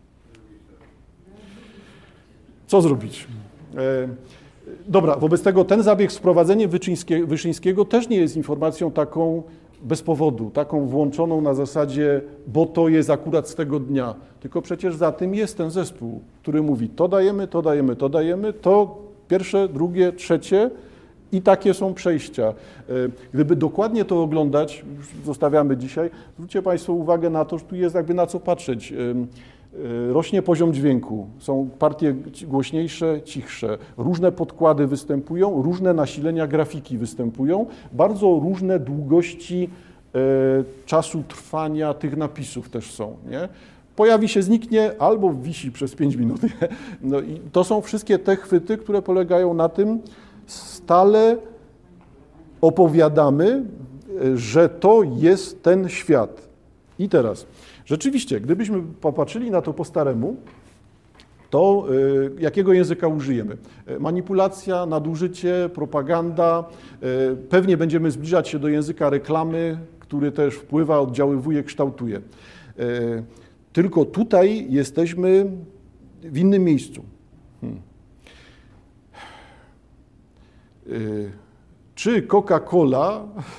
Speaker 1: Co zrobić? Dobra, wobec tego ten zabieg, sprowadzenie Wyszyńskie, Wyszyńskiego też nie jest informacją taką bez powodu, taką włączoną na zasadzie, bo to jest akurat z tego dnia. Tylko przecież za tym jest ten zespół, który mówi, to dajemy, to dajemy, to dajemy, to pierwsze, drugie, trzecie i takie są przejścia. Gdyby dokładnie to oglądać, już zostawiamy dzisiaj, zwróćcie Państwo uwagę na to, że tu jest jakby na co patrzeć. Rośnie poziom dźwięku, są partie głośniejsze, cichsze, różne podkłady występują, różne nasilenia grafiki występują, bardzo różne długości e, czasu trwania tych napisów też są. Nie? Pojawi się, zniknie albo wisi przez pięć minut. Nie? No i to są wszystkie te chwyty, które polegają na tym, stale opowiadamy, że to jest ten świat. I teraz... Rzeczywiście, gdybyśmy popatrzyli na to po staremu, to y, jakiego języka użyjemy? Manipulacja, nadużycie, propaganda. Y, pewnie będziemy zbliżać się do języka reklamy, który też wpływa, oddziaływuje, kształtuje. Y, tylko tutaj jesteśmy w innym miejscu. Hmm. Y, czy Coca-Cola...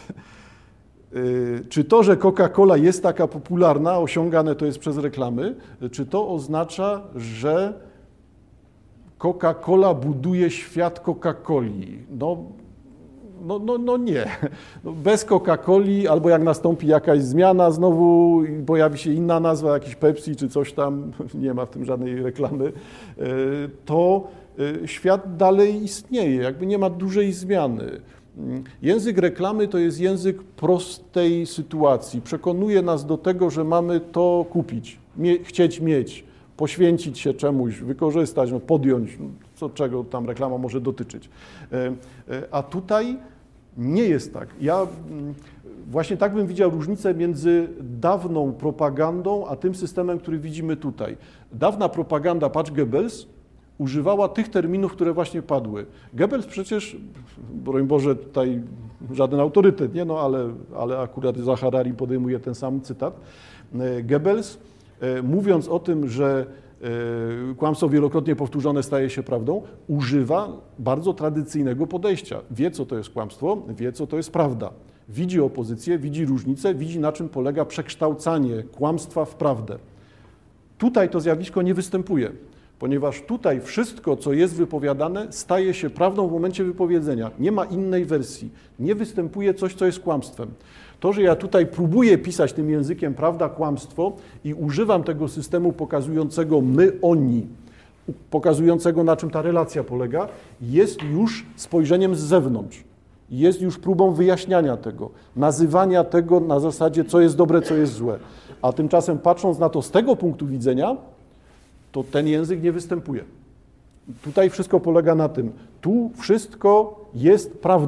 Speaker 1: Czy to, że Coca-Cola jest taka popularna, osiągane to jest przez reklamy, czy to oznacza, że Coca-Cola buduje świat Coca-Coli? No, no, no, no nie. No bez Coca-Coli, albo jak nastąpi jakaś zmiana znowu i pojawi się inna nazwa, jakiś Pepsi czy coś tam, nie ma w tym żadnej reklamy, to świat dalej istnieje, jakby nie ma dużej zmiany. Język reklamy to jest język prostej sytuacji. Przekonuje nas do tego, że mamy to kupić, mie- chcieć mieć, poświęcić się czemuś, wykorzystać, no, podjąć, no, co, czego tam reklama może dotyczyć. A tutaj nie jest tak. Ja właśnie tak bym widział różnicę między dawną propagandą, a tym systemem, który widzimy tutaj. Dawna propaganda, patrz Goebbels, używała tych terminów, które właśnie padły. Goebbels przecież, broń Boże, tutaj żaden autorytet, nie? No, ale, ale akurat za Harari podejmuje ten sam cytat. Goebbels, mówiąc o tym, że kłamstwo wielokrotnie powtórzone staje się prawdą, używa bardzo tradycyjnego podejścia. Wie, co to jest kłamstwo, wie, co to jest prawda. Widzi opozycję, widzi różnicę, widzi, na czym polega przekształcanie kłamstwa w prawdę. Tutaj to zjawisko nie występuje, ponieważ tutaj wszystko, co jest wypowiadane, staje się prawdą w momencie wypowiedzenia. Nie ma innej wersji. Nie występuje coś, co jest kłamstwem. To, że ja tutaj próbuję pisać tym językiem prawda, kłamstwo i używam tego systemu pokazującego my, oni, pokazującego, na czym ta relacja polega, jest już spojrzeniem z zewnątrz. Jest już próbą wyjaśniania tego, nazywania tego na zasadzie, co jest dobre, co jest złe. A tymczasem, patrząc na to z tego punktu widzenia, to ten język nie występuje. Tutaj wszystko polega na tym. Tu wszystko jest prawdą.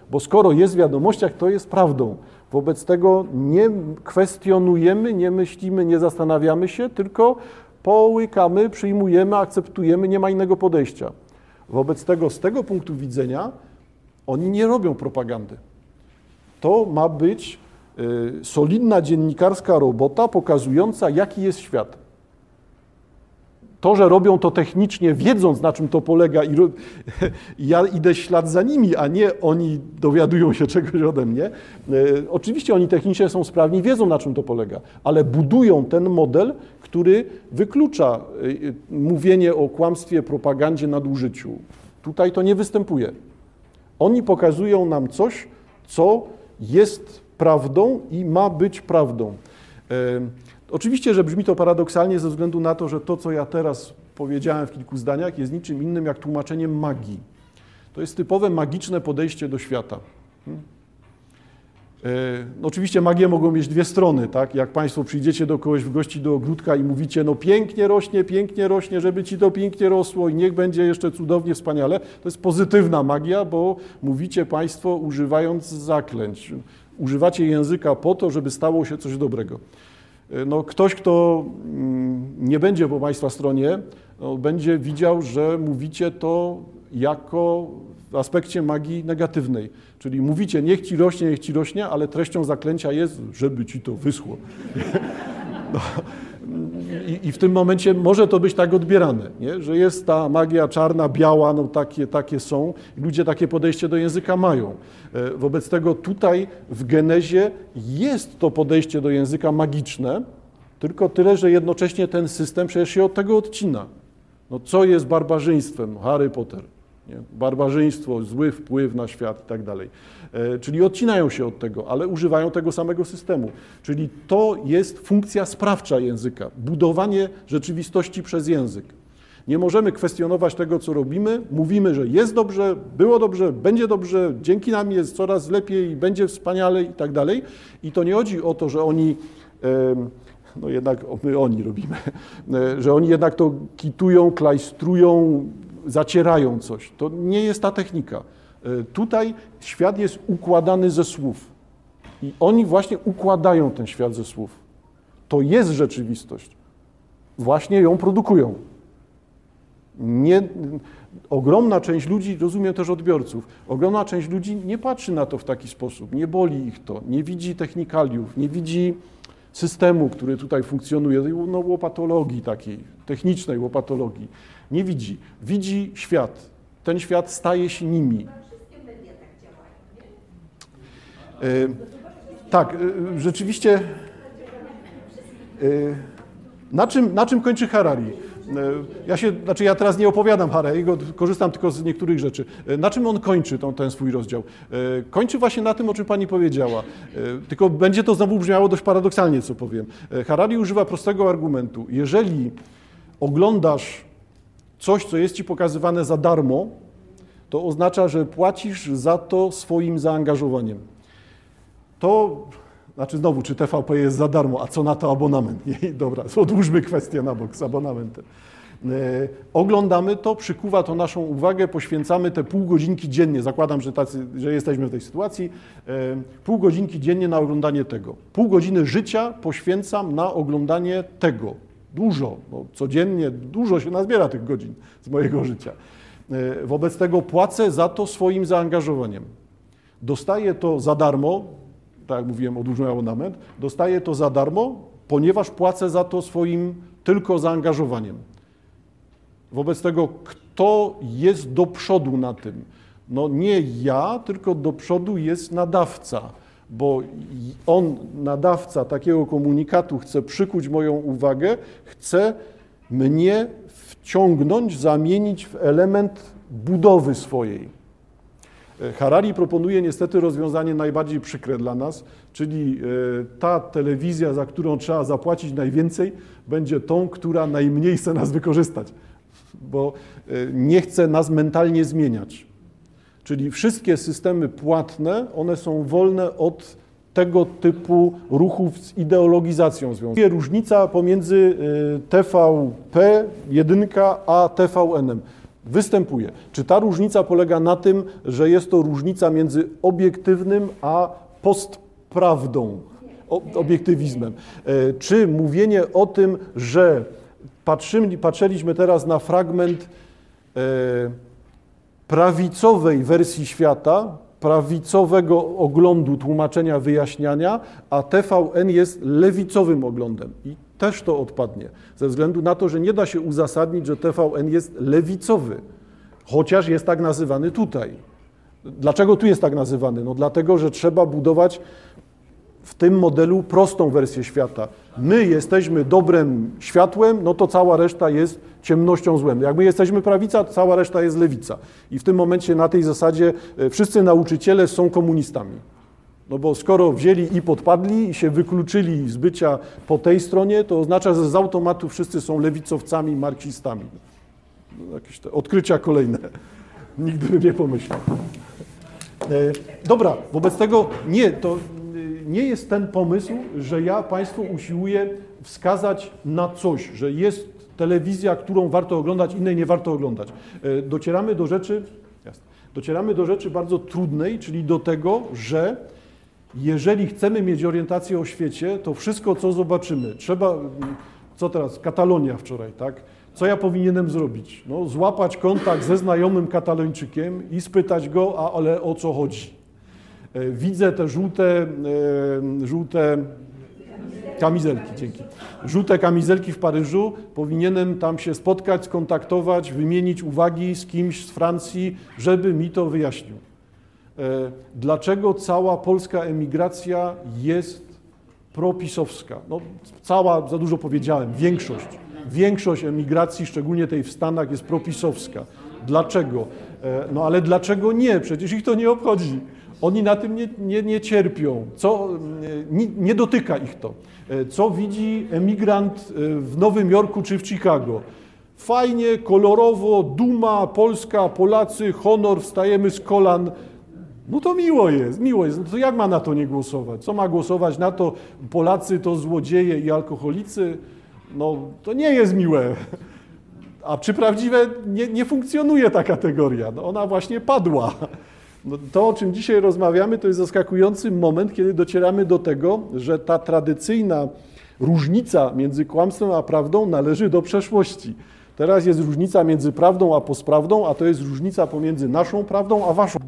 Speaker 1: bo skoro jest w wiadomościach, to jest prawdą. Wobec tego nie kwestionujemy, nie myślimy, nie zastanawiamy się, tylko połykamy, przyjmujemy, akceptujemy, nie ma innego podejścia. Wobec tego, z tego punktu widzenia, oni nie robią propagandy. To ma być y, solidna dziennikarska robota pokazująca, jaki jest świat. To, że robią to technicznie, wiedząc, na czym to polega i ro... ja idę ślad za nimi, a nie oni dowiadują się czegoś ode mnie. E, oczywiście oni technicznie są sprawni, wiedzą, na czym to polega, ale budują ten model, który wyklucza e, mówienie o kłamstwie, propagandzie, nadużyciu. Tutaj to nie występuje. Oni pokazują nam coś, co jest prawdą i ma być prawdą. E, Oczywiście, że brzmi to paradoksalnie ze względu na to, że to, co ja teraz powiedziałem w kilku zdaniach, jest niczym innym jak tłumaczeniem magii. To jest typowe magiczne podejście do świata. Hmm? E, oczywiście magie mogą mieć dwie strony, tak? Jak Państwo przyjdziecie do kogoś w gości do ogródka i mówicie, no pięknie rośnie, pięknie rośnie, żeby Ci to pięknie rosło i niech będzie jeszcze cudownie, wspaniale. To jest pozytywna magia, bo mówicie Państwo używając zaklęć. Używacie języka po to, żeby stało się coś dobrego. No, ktoś, kto nie będzie po Państwa stronie, no, będzie widział, że mówicie to jako w aspekcie magii negatywnej. Czyli mówicie, niech Ci rośnie, niech Ci rośnie, ale treścią zaklęcia jest, żeby Ci to wyschło. No, i, I w tym momencie może to być tak odbierane, nie? Że jest ta magia czarna, biała, no takie, takie są. Ludzie takie podejście do języka mają. Wobec tego tutaj w genezie jest to podejście do języka magiczne, tylko tyle, że jednocześnie ten system przecież się od tego odcina. No co jest barbarzyństwem? Harry Potter. Nie? Barbarzyństwo, zły wpływ na świat i tak dalej. Czyli odcinają się od tego, ale używają tego samego systemu. Czyli to jest funkcja sprawcza języka, budowanie rzeczywistości przez język. Nie możemy kwestionować tego, co robimy. Mówimy, że jest dobrze, było dobrze, będzie dobrze, dzięki nam jest coraz lepiej, będzie wspaniale i tak dalej. I to nie chodzi o to, że oni, no jednak my oni robimy, że oni jednak to kitują, klajstrują, zacierają coś. To nie jest ta technika. Tutaj świat jest układany ze słów. I oni właśnie układają ten świat ze słów. To jest rzeczywistość. Właśnie ją produkują. Nie, ogromna część ludzi, rozumiem też odbiorców, ogromna część ludzi nie patrzy na to w taki sposób, nie boli ich to, nie widzi technikaliów, nie widzi systemu, który tutaj funkcjonuje, no, łopatologii takiej, technicznej łopatologii. Nie widzi. Widzi świat. Ten świat staje się nimi. E, tak, e, rzeczywiście e, na czym, na czym kończy Harari? Ja się, znaczy ja teraz nie opowiadam Harariego, korzystam tylko z niektórych rzeczy. Na czym on kończy tą, ten swój rozdział? Kończy właśnie na tym, o czym pani powiedziała. Tylko będzie to znowu brzmiało dość paradoksalnie, co powiem. Harari używa prostego argumentu. Jeżeli oglądasz coś, co jest ci pokazywane za darmo, to oznacza, że płacisz za to swoim zaangażowaniem. To, znaczy znowu, czy T V P jest za darmo, a co na to abonament? Nie? Dobra, odłóżmy kwestię na bok z abonamentem. E, oglądamy to, przykuwa to naszą uwagę, poświęcamy te pół godzinki dziennie, zakładam, że, tacy, że jesteśmy w tej sytuacji, e, pół godzinki dziennie na oglądanie tego. Pół godziny życia poświęcam na oglądanie tego. Dużo, bo codziennie dużo się nazbiera tych godzin z mojego życia. E, wobec tego płacę za to swoim zaangażowaniem. Dostaję to za darmo, tak jak mówiłem, odłóżmy abonament, dostaję to za darmo, ponieważ płacę za to swoim tylko zaangażowaniem. Wobec tego, kto jest do przodu na tym? No nie ja, tylko do przodu jest nadawca, bo on, nadawca takiego komunikatu, chce przykuć moją uwagę, chce mnie wciągnąć, zamienić w element budowy swojej. Harari proponuje niestety rozwiązanie najbardziej przykre dla nas, czyli ta telewizja, za którą trzeba zapłacić najwięcej, będzie tą, która najmniej chce nas wykorzystać, bo nie chce nas mentalnie zmieniać. Czyli wszystkie systemy płatne, one są wolne od tego typu ruchów z ideologizacją związanych. Różnica pomiędzy T V P jeden a T V N-em. Występuje. Czy ta różnica polega na tym, że jest to różnica między obiektywnym a postprawdą, obiektywizmem? Czy mówienie o tym, że patrzyli, patrzyliśmy teraz na fragment prawicowej wersji świata, prawicowego oglądu, tłumaczenia, wyjaśniania, a T V N jest lewicowym oglądem. I też to odpadnie, ze względu na to, że nie da się uzasadnić, że T V N jest lewicowy, chociaż jest tak nazywany tutaj. Dlaczego tu jest tak nazywany? No dlatego, że trzeba budować w tym modelu prostą wersję świata. My jesteśmy dobrem, światłem, no to cała reszta jest ciemnością, złem. Jak my jesteśmy prawica, to cała reszta jest lewica. I w tym momencie na tej zasadzie wszyscy nauczyciele są komunistami. No bo skoro wzięli i podpadli i się wykluczyli z bycia po tej stronie, to oznacza, że z automatu wszyscy są lewicowcami, marksistami. No, jakieś te odkrycia kolejne. Nigdy bym nie pomyślał. E, dobra, wobec tego nie, to nie jest ten pomysł, że ja Państwu usiłuję wskazać na coś, że jest telewizja, którą warto oglądać, innej nie warto oglądać. E, docieramy do rzeczy, jasne, docieramy do rzeczy bardzo trudnej, czyli do tego, że jeżeli chcemy mieć orientację o świecie, to wszystko, co zobaczymy, trzeba, co teraz, Katalonia wczoraj, tak? Co ja powinienem zrobić? No, złapać kontakt ze znajomym Katalończykiem i spytać go, a ale o co chodzi? E, widzę te żółte, e, żółte kamizelki, dzięki. Żółte kamizelki w Paryżu, powinienem tam się spotkać, skontaktować, wymienić uwagi z kimś z Francji, żeby mi to wyjaśnił. Dlaczego cała polska emigracja jest propisowska? No, cała, za dużo powiedziałem, większość. Większość emigracji, szczególnie tej w Stanach, jest propisowska. Dlaczego? No ale dlaczego nie? Przecież ich to nie obchodzi. Oni na tym nie, nie, nie cierpią. Co, nie, nie dotyka ich to. Co widzi emigrant w Nowym Jorku czy w Chicago? Fajnie, kolorowo, duma, Polska, Polacy, honor, wstajemy z kolan. No to miło jest, miło jest. No to jak ma na to nie głosować? Co ma głosować na to? Polacy to złodzieje i alkoholicy? No to nie jest miłe. A czy prawdziwe nie, nie funkcjonuje ta kategoria? No ona właśnie padła. No to, o czym dzisiaj rozmawiamy, to jest zaskakujący moment, kiedy docieramy do tego, że ta tradycyjna różnica między kłamstwem a prawdą należy do przeszłości. Teraz jest różnica między prawdą a postprawdą, a to jest różnica pomiędzy naszą prawdą a waszą.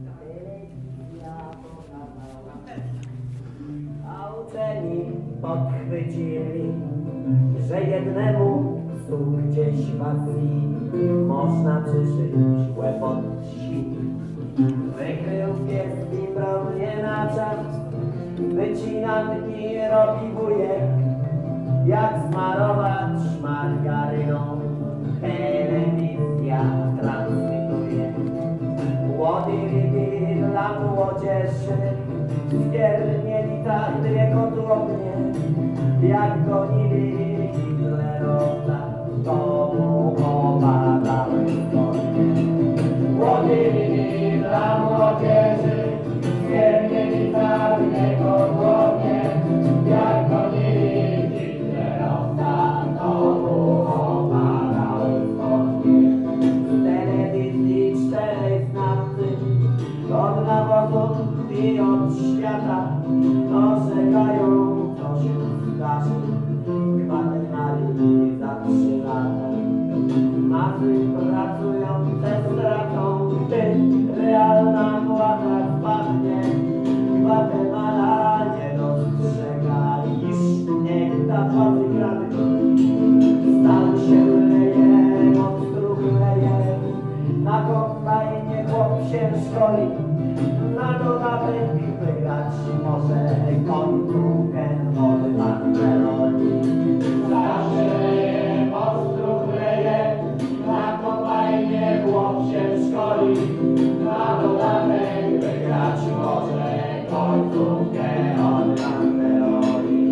Speaker 10: Podchwycili, że jednemu psu gdzieś w Azji można przyszyć łeb od świni. Wykrył pies i brał mnie na czas, wycinanki robi wujek, jak zmarować margaryną, telewizja transmituje. Młody ryby dla młodzieży, Wiernieli tak dwie kotłownie, jak gonili Hitlerowca, to mu opadały spodnie. Młody dla młodzieży, wiernieli tak dwie kotłownie, jak gonili Hitlerowca, to mu opadały spodnie. Z telewizji czterej znawcy, od nawozów i od świata, orzekają, co się zdarzy. Gwatemali za trzy lata. Masy pracujące stracą, gdy realna władza spadnie. Gwatemala nie dostrzega, iż niech zapłaci kraty. Stal się leje, monstruch leje, na kombajnie chłop się szkoli. Na dodatek wygrać może końcówkę od Barcelony. Zawsze monstruch leje, na kombajnie chłop się szkoli. Na dodatek wygrać może końcówkę od Barcelony.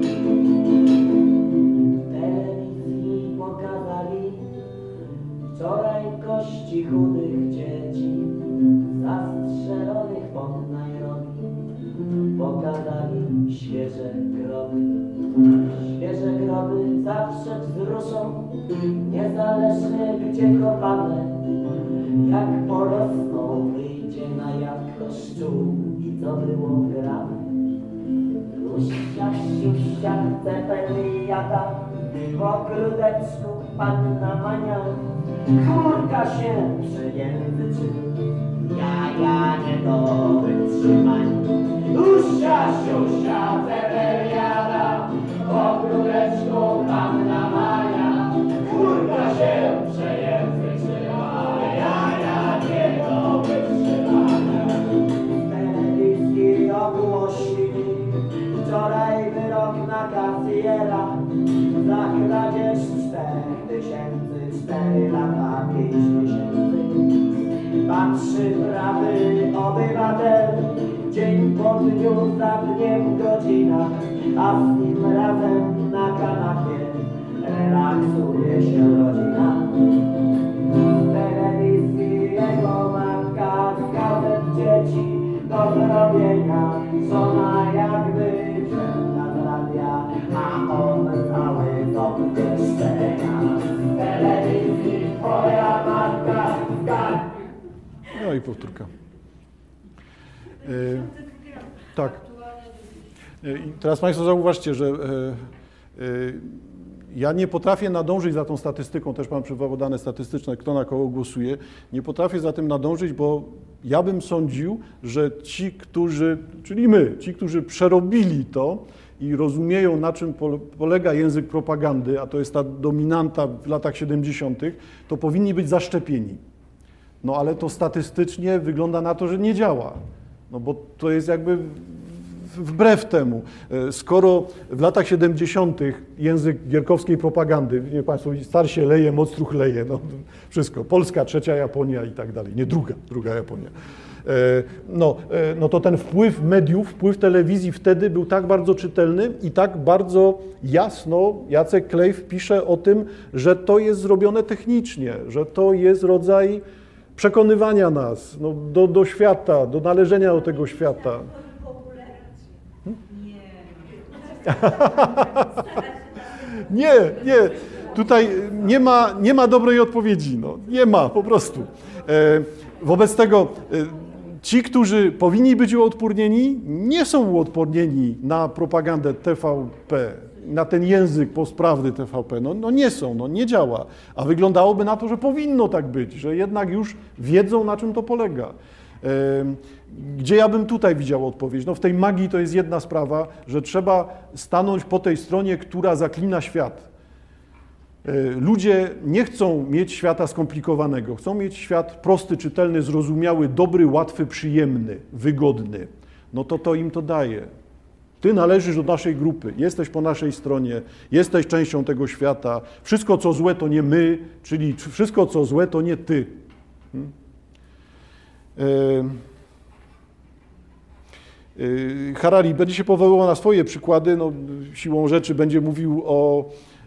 Speaker 10: W telewizji pokazali wczoraj kości chudych dzieci zastrzelonych pod Nairobi. Pokazali świeże groby. Świeże groby zawsze wzruszą, niezależnie gdzie kopane. Jak porosną, wyjdzie na jakość i co było grane. Usia, siusia, cepeliada, w ogródeczku panna Mania. Kurka się przejęzyczy, ja, ja nie do wytrzymania. Usia, siusia, cepeliada, w ogródeczku panna Mania. Kurka się przejęzyczy, ja, ja nie do wytrzymania. W telewizji ogłosili wczoraj wyrok na kasjera za kradzież czterech tysięcy, cztery lata, pięć miesięcy. Patrzy prawy obywatel, dzień po dniu, za dniem godzina, a z nim razem na kanapie relaksuje się rodzina. W telewizji jego matka z gazet dzieci do zrobienia, żona jakby wzięta z radia, a on cały z obwieszczenia. W telewizji twoja matka z gazet.
Speaker 1: No i powtórka. E, tak. E, I teraz Państwo zauważcie, że e, e, ja nie potrafię nadążyć za tą statystyką, też Pan przywołał dane statystyczne, kto na kogo głosuje. Nie potrafię za tym nadążyć, bo ja bym sądził, że ci, którzy, czyli my, ci, którzy przerobili to i rozumieją, na czym polega język propagandy, a to jest ta dominanta w latach siedemdziesiątych, to powinni być zaszczepieni. No ale to statystycznie wygląda na to, że nie działa. No bo to jest jakby wbrew temu. Skoro w latach siedemdziesiątych język gierkowskiej propagandy, nie Państwo, star się leje, Moctruch leje, no wszystko, Polska, trzecia Japonia i tak dalej, nie druga, druga Japonia. No, no to ten wpływ mediów, wpływ telewizji wtedy był tak bardzo czytelny i tak bardzo jasno Jacek Klejf pisze o tym, że to jest zrobione technicznie, że to jest rodzaj przekonywania nas no, do, do świata, do należenia do tego świata. Hmm? Nie, nie. Tutaj nie ma, nie ma dobrej odpowiedzi. No. Nie ma, po prostu. E, wobec tego e, ci, którzy powinni być uodpornieni, nie są uodpornieni na propagandę T V P, na ten język postprawdy T V P. No, no nie są, no nie działa. A wyglądałoby na to, że powinno tak być, że jednak już wiedzą, na czym to polega. Gdzie ja bym tutaj widział odpowiedź? No w tej magii to jest jedna sprawa, że trzeba stanąć po tej stronie, która zaklina świat. Ludzie nie chcą mieć świata skomplikowanego, chcą mieć świat prosty, czytelny, zrozumiały, dobry, łatwy, przyjemny, wygodny. No to to im to daje. Ty należysz do naszej grupy, jesteś po naszej stronie, jesteś częścią tego świata. Wszystko, co złe, to nie my, czyli wszystko, co złe, to nie ty. Hmm? Harari będzie się powoływał na swoje przykłady, no, siłą rzeczy będzie mówił o,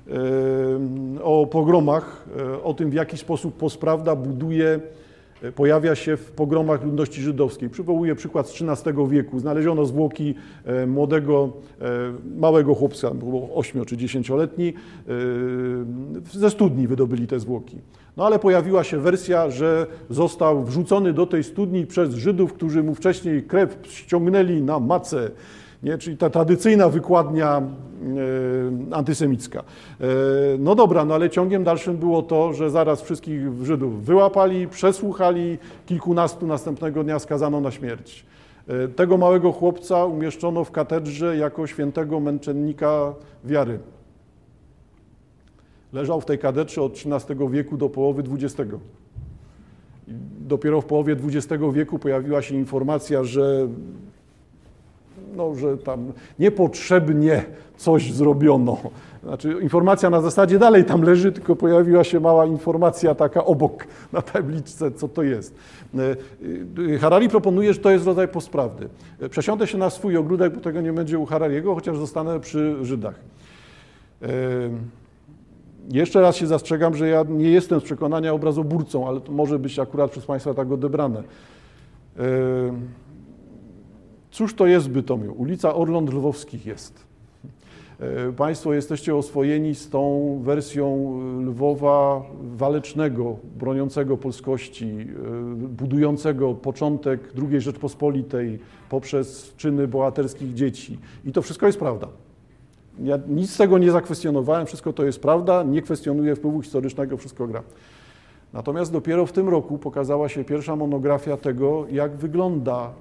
Speaker 1: o pogromach, o tym, w jaki sposób postprawda buduje, pojawia się w pogromach ludności żydowskiej. Przywołuję przykład z trzynastego wieku. Znaleziono zwłoki młodego, małego chłopca, było ośmio czy dziesięcioletni, ze studni wydobyli te zwłoki. No ale pojawiła się wersja, że został wrzucony do tej studni przez Żydów, którzy mu wcześniej krew ściągnęli na macę, nie? Czyli ta tradycyjna wykładnia e, antysemicka. E, no dobra, no ale ciągiem dalszym było to, że zaraz wszystkich Żydów wyłapali, przesłuchali, kilkunastu następnego dnia skazano na śmierć. E, tego małego chłopca umieszczono w katedrze jako świętego męczennika wiary. Leżał w tej katedrze od trzynastego wieku do połowy dwudziestego. I dopiero w połowie dwudziestego wieku pojawiła się informacja, że, no, że tam niepotrzebnie coś zrobiono. Znaczy informacja na zasadzie dalej tam leży, tylko pojawiła się mała informacja taka obok na tabliczce, co to jest. Harari proponuje, że to jest rodzaj postprawdy. Przesiądę się na swój ogródek, bo tego nie będzie u Harariego, chociaż zostanę przy Żydach. Jeszcze raz się zastrzegam, że ja nie jestem z przekonania obrazoburcą, ale to może być akurat przez Państwa tak odebrane. Cóż to jest w Bytomiu? Ulica Orląt Lwowskich jest. Państwo jesteście oswojeni z tą wersją Lwowa walecznego, broniącego polskości, budującego początek drugiej Rzeczpospolitej poprzez czyny bohaterskich dzieci. I to wszystko jest prawda. Ja nic z tego nie zakwestionowałem, wszystko to jest prawda, nie kwestionuję wpływu historycznego, wszystko gra. Natomiast dopiero w tym roku pokazała się pierwsza monografia tego, jak wygląda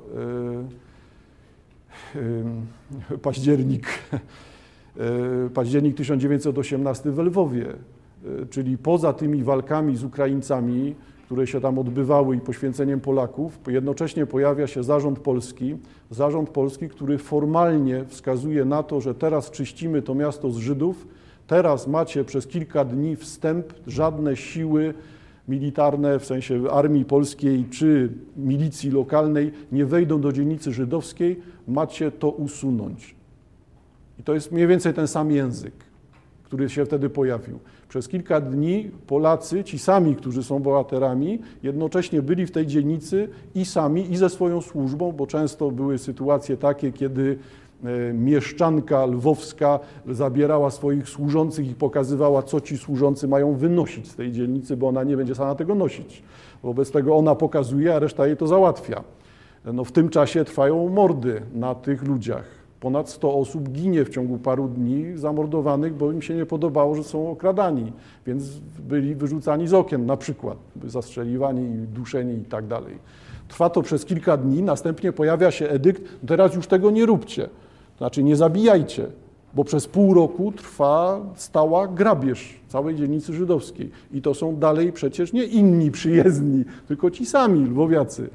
Speaker 1: yy, yy, październik, yy, październik tysiąc dziewięćset osiemnasty w Lwowie, yy, czyli poza tymi walkami z Ukraińcami, które się tam odbywały i poświęceniem Polaków, jednocześnie pojawia się Zarząd Polski, Zarząd Polski, który formalnie wskazuje na to, że teraz czyścimy to miasto z Żydów, teraz macie przez kilka dni wstęp, żadne siły militarne, w sensie armii polskiej czy milicji lokalnej nie wejdą do dzielnicy żydowskiej, macie to usunąć. I to jest mniej więcej ten sam język, który się wtedy pojawił. Przez kilka dni Polacy, ci sami, którzy są bohaterami, jednocześnie byli w tej dzielnicy i sami, i ze swoją służbą, bo często były sytuacje takie, kiedy mieszczanka lwowska zabierała swoich służących i pokazywała, co ci służący mają wynosić z tej dzielnicy, bo ona nie będzie sama tego nosić. Wobec tego ona pokazuje, a reszta jej to załatwia. No, w tym czasie trwają mordy na tych ludziach. Ponad sto osób ginie w ciągu paru dni zamordowanych, bo im się nie podobało, że są okradani, więc byli wyrzucani z okien na przykład, zastrzeliwani, duszeni i tak dalej. Trwa to przez kilka dni, następnie pojawia się edykt, teraz już tego nie róbcie, znaczy nie zabijajcie, bo przez pół roku trwa stała grabież całej dzielnicy żydowskiej i to są dalej przecież nie inni przyjezdni, tylko ci sami lwowiacy.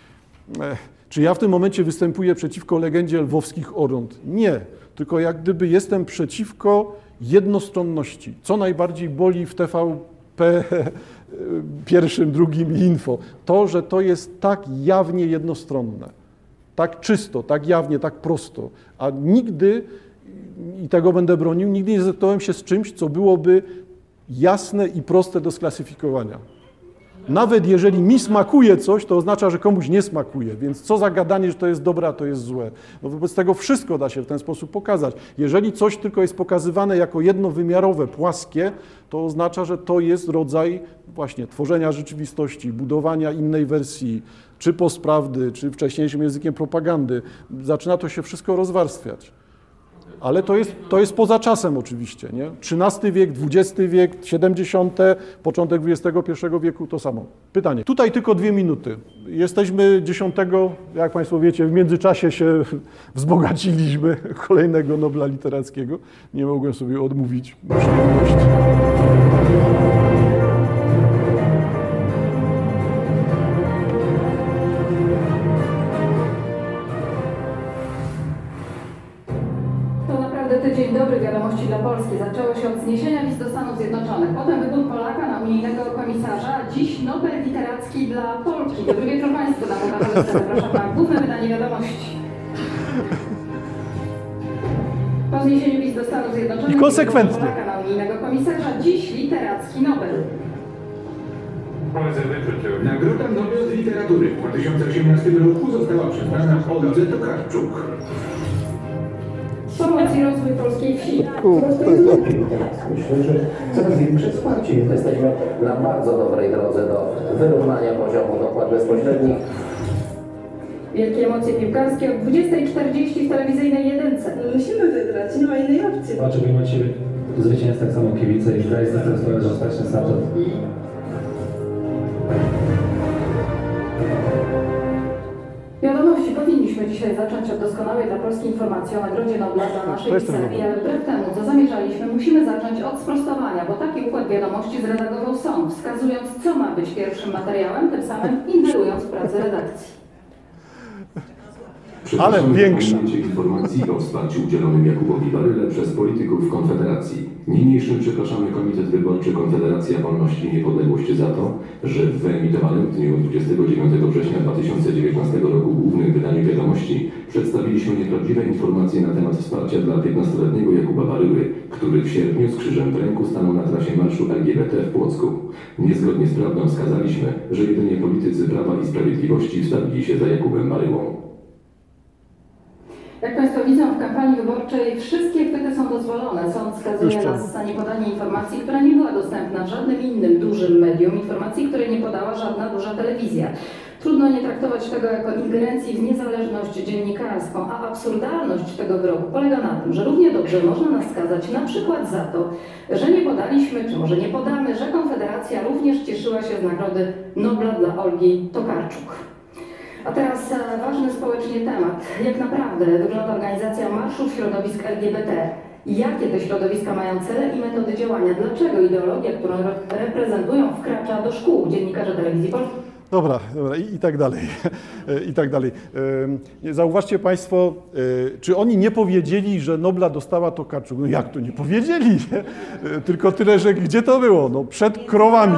Speaker 1: Czy ja w tym momencie występuję przeciwko legendzie lwowskich orąd? Nie, tylko jak gdyby jestem przeciwko jednostronności. Co najbardziej boli w T V P pierwszym, drugim i info? To, że to jest tak jawnie jednostronne, tak czysto, tak jawnie, tak prosto, a nigdy, i tego będę bronił, nigdy nie zetknąłem się z czymś, co byłoby jasne i proste do sklasyfikowania. Nawet jeżeli mi smakuje coś, to oznacza, że komuś nie smakuje, więc co za gadanie, że to jest dobre, a to jest złe. No wobec tego wszystko da się w ten sposób pokazać. Jeżeli coś tylko jest pokazywane jako jednowymiarowe, płaskie, to oznacza, że to jest rodzaj właśnie tworzenia rzeczywistości, budowania innej wersji, czy postprawdy, czy wcześniejszym językiem propagandy. Zaczyna to się wszystko rozwarstwiać. Ale to jest, to jest poza czasem oczywiście, nie? trzynasty wiek, dwudziesty wiek, siedemdziesiąty, początek dwudziestego pierwszego wieku, to samo. Pytanie. Tutaj tylko dwie minuty. Jesteśmy dziesiątego, jak Państwo wiecie, w międzyczasie się wzbogaciliśmy, kolejnego Nobla Literackiego. Nie mogłem sobie odmówić przyjemności.
Speaker 2: Dzień dobry, wiadomości dla Polski. Zaczęło się od zniesienia list do Stanów Zjednoczonych. Potem wybór Polaka na unijnego komisarza. Dziś Nobel Literacki dla Polski. Dobry wieczór Państwu. Danuta Chojecka, zapraszam na główne wydanie wiadomości. Po zniesieniu list do Stanów Zjednoczonych
Speaker 1: i konsekwentnie
Speaker 2: Polaka na unijnego komisarza. Dziś Literacki Nobel.
Speaker 3: Nagroda Nobla z Literatury w dwa tysiące osiemnastym roku została przyznana Oldze Tokarczuk.
Speaker 2: Pomoc i rozwój polskiej wsi.
Speaker 11: Myślę, że coraz większe wsparcie. Jesteśmy na bardzo dobrej drodze do wyrównania poziomu dopłat bezpośrednich.
Speaker 2: Wielkie emocje piłkarskie o dwudziestej czterdzieści w telewizyjnej jedynce.
Speaker 12: Musimy wygrać, nie ma innej opcji.
Speaker 5: Oczekujemy od Ciebie zwycięstwa, tak samo kibice i zdaję sobie teraz sprawę, że ostateczny startów.
Speaker 2: Wiadomości powinniśmy dzisiaj zacząć od doskonałej dla Polski informacji o Nagrodzie Nobla dla naszej pisarki, ale wbrew temu, co zamierzaliśmy, musimy zacząć od sprostowania, bo taki układ wiadomości zredagował sąd, wskazując, co ma być pierwszym materiałem, tym samym ingerując w pracę redakcji.
Speaker 1: Ale większa.
Speaker 4: Informacji o wsparciu udzielonym Jakubowi Baryle przez polityków Konfederacji. Niniejszym przepraszamy Komitet Wyborczy Konfederacja Wolności i Niepodległości za to, że w wyemitowanym w dniu dwudziestego dziewiątego września dwa tysiące dziewiętnastego roku głównym wydaniu wiadomości przedstawiliśmy nieprawdziwe informacje na temat wsparcia dla piętnastoletniego Jakuba Baryły, który w sierpniu z krzyżem w ręku stanął na trasie marszu L G B T w Płocku. Niezgodnie z prawdą wskazaliśmy, że jedynie politycy Prawa i Sprawiedliwości wstawili się za Jakubem Baryłą.
Speaker 2: Jak Państwo widzą w kampanii wyborczej, wszystkie chwyty są dozwolone. Sąd skazuje nas za niepodanie informacji, która nie była dostępna w żadnym innym dużym medium, informacji, której nie podała żadna duża telewizja. Trudno nie traktować tego jako ingerencji w niezależność dziennikarską, a absurdalność tego wyroku polega na tym, że równie dobrze można nas skazać na przykład za to, że nie podaliśmy, czy może nie podamy, że Konfederacja również cieszyła się z Nagrody Nobla dla Olgi Tokarczuk. A teraz ważny społecznie temat. Jak naprawdę wygląda organizacja marszów środowisk L G B T? Jakie te środowiska mają cele i metody działania? Dlaczego ideologia, którą reprezentują, wkracza do szkół dziennikarzy telewizji polskiej?
Speaker 1: Dobra, dobra i, i tak dalej, i tak dalej. Zauważcie Państwo, czy oni nie powiedzieli, że Nobla dostała Tokarczuk? No jak to nie powiedzieli? Nie? Tylko tyle, że gdzie to było? No przed krowami.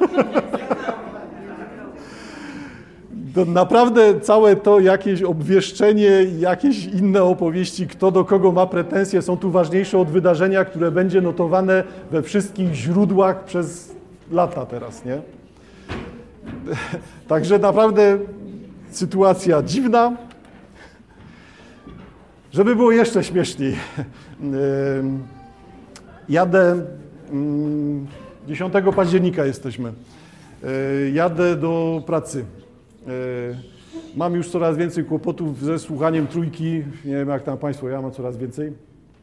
Speaker 1: To naprawdę całe to jakieś obwieszczenie, jakieś inne opowieści, kto do kogo ma pretensje, są tu ważniejsze od wydarzenia, które będzie notowane we wszystkich źródłach przez lata teraz, nie? Także naprawdę sytuacja dziwna. Żeby było jeszcze śmieszniej, jadę, dziesiątego października jesteśmy, jadę do pracy. Mam już coraz więcej kłopotów ze słuchaniem trójki, nie wiem jak tam Państwo, ja mam coraz więcej.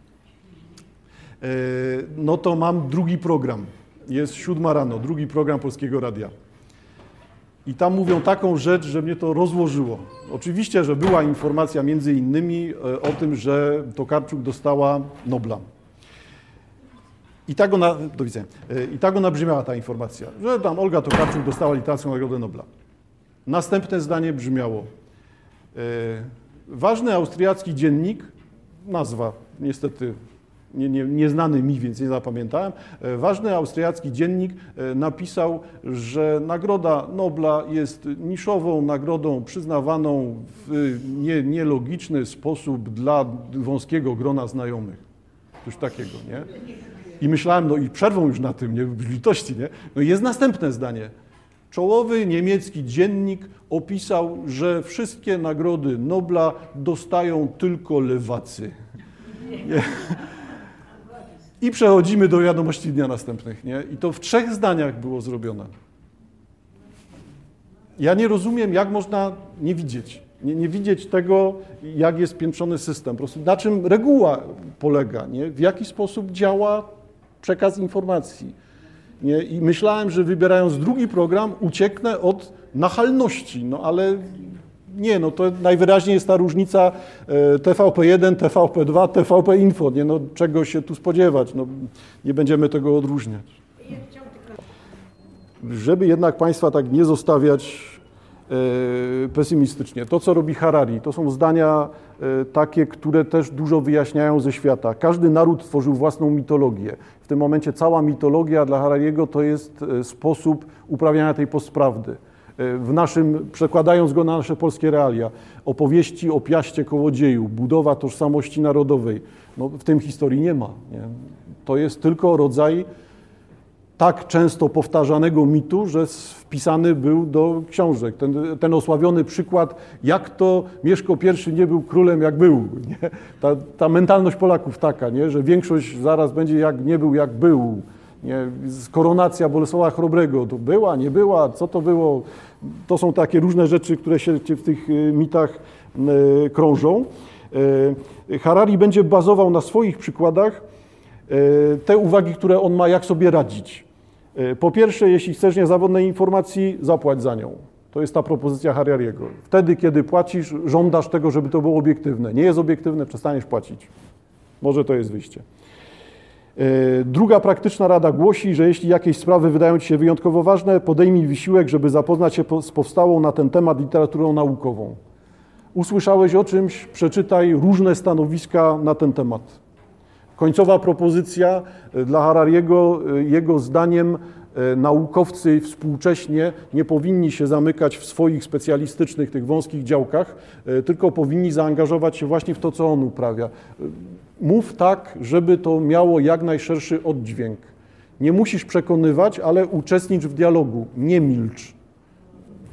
Speaker 1: No to mam drugi program, jest siódma rano, drugi program Polskiego Radia. I tam mówią taką rzecz, że mnie to rozłożyło. Oczywiście, że była informacja między innymi o tym, że Tokarczuk dostała Nobla. I tak ona, do widzenia, i tak ona brzmiała ta informacja, że tam Olga Tokarczuk dostała literacką Nagrodę Nobla. Następne zdanie brzmiało, e, ważny austriacki dziennik, nazwa niestety nie, nie, nieznany mi, więc nie zapamiętałem, e, ważny austriacki dziennik e, napisał, że Nagroda Nobla jest niszową nagrodą przyznawaną w nie, nielogiczny sposób dla wąskiego grona znajomych. Coś takiego, nie? I myślałem, no i przerwą już na tym, nie, w litości, nie? No i jest następne zdanie. Czołowy niemiecki dziennik opisał, że wszystkie nagrody Nobla dostają tylko lewacy. Nie? I przechodzimy do wiadomości dnia następnych. Nie? I to w trzech zdaniach było zrobione. Ja nie rozumiem, jak można nie widzieć. Nie, nie widzieć tego, jak jest piętrzony system. Po prostu na czym reguła polega, nie? W jaki sposób działa przekaz informacji. Nie? I myślałem, że wybierając drugi program ucieknę od nachalności, no ale nie, no to najwyraźniej jest ta różnica T V P jeden, T V P dwa, T V P Info, nie? No czego się tu spodziewać, no nie będziemy tego odróżniać. Żeby jednak Państwa tak nie zostawiać e, pesymistycznie, to co robi Harari, to są zdania e, takie, które też dużo wyjaśniają ze świata. Każdy naród tworzył własną mitologię. W tym momencie cała mitologia dla Harariego to jest sposób uprawiania tej postprawdy. W naszym, przekładając go na nasze polskie realia, opowieści o Piaście Kołodzieju, budowa tożsamości narodowej, no w tym historii nie ma. Nie? To jest tylko rodzaj tak często powtarzanego mitu, że wpisany był do książek. Ten, ten osławiony przykład, jak to Mieszko I nie był królem, jak był. Nie? Ta, ta mentalność Polaków taka, nie? Że większość zaraz będzie jak nie był, jak był. Nie? Koronacja Bolesława Chrobrego, to była, nie była, co to było? To są takie różne rzeczy, które się w tych mitach krążą. Harari będzie bazował na swoich przykładach te uwagi, które on ma, jak sobie radzić. Po pierwsze, jeśli chcesz niezawodnej informacji, zapłać za nią. To jest ta propozycja Harariego. Wtedy, kiedy płacisz, żądasz tego, żeby to było obiektywne. Nie jest obiektywne, przestaniesz płacić. Może to jest wyjście. Druga praktyczna rada głosi, że jeśli jakieś sprawy wydają ci się wyjątkowo ważne, podejmij wysiłek, żeby zapoznać się z powstałą na ten temat literaturą naukową. Usłyszałeś o czymś, przeczytaj różne stanowiska na ten temat. Końcowa propozycja dla Harariego, jego zdaniem naukowcy współcześnie nie powinni się zamykać w swoich specjalistycznych, tych wąskich działkach, tylko powinni zaangażować się właśnie w to, co on uprawia. Mów tak, żeby to miało jak najszerszy oddźwięk. Nie musisz przekonywać, ale uczestnicz w dialogu, nie milcz.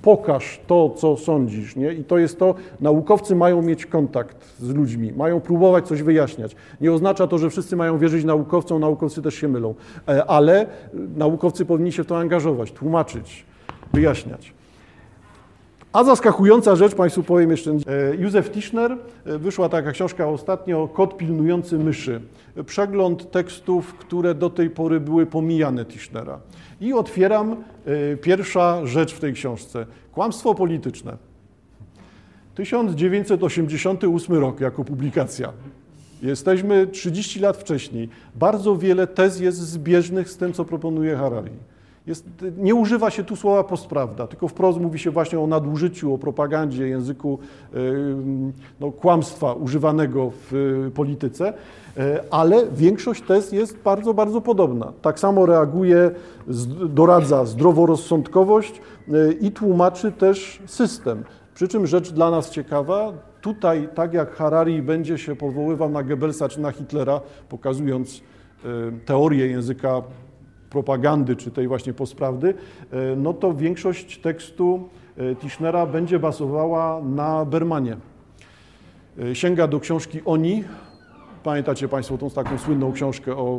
Speaker 1: pokaż to, co sądzisz, nie? I to jest to, naukowcy mają mieć kontakt z ludźmi, mają próbować coś wyjaśniać. Nie oznacza to, że wszyscy mają wierzyć naukowcom, naukowcy też się mylą, ale naukowcy powinni się w to angażować, tłumaczyć, wyjaśniać. A zaskakująca rzecz, Państwu powiem jeszcze, Józef Tischner, wyszła taka książka ostatnio, Kot pilnujący myszy. Przegląd tekstów, które do tej pory były pomijane Tischnera. I otwieram, pierwsza rzecz w tej książce, kłamstwo polityczne. tysiąc dziewięćset osiemdziesiąty ósmy rok jako publikacja. Jesteśmy trzydzieści lat wcześniej. Bardzo wiele tez jest zbieżnych z tym, co proponuje Harari. Jest, nie używa się tu słowa postprawda, tylko wprost mówi się właśnie o nadużyciu, o propagandzie, języku no, kłamstwa używanego w polityce, ale większość tez jest bardzo, bardzo podobna. Tak samo reaguje, doradza zdroworozsądkowość i tłumaczy też system. Przy czym rzecz dla nas ciekawa, tutaj tak jak Harari będzie się powoływał na Goebbelsa czy na Hitlera, pokazując teorię języka propagandy, czy tej właśnie postprawdy, no to większość tekstu Tischnera będzie bazowała na Bermanie. Sięga do książki Oni. Pamiętacie Państwo tą taką słynną książkę o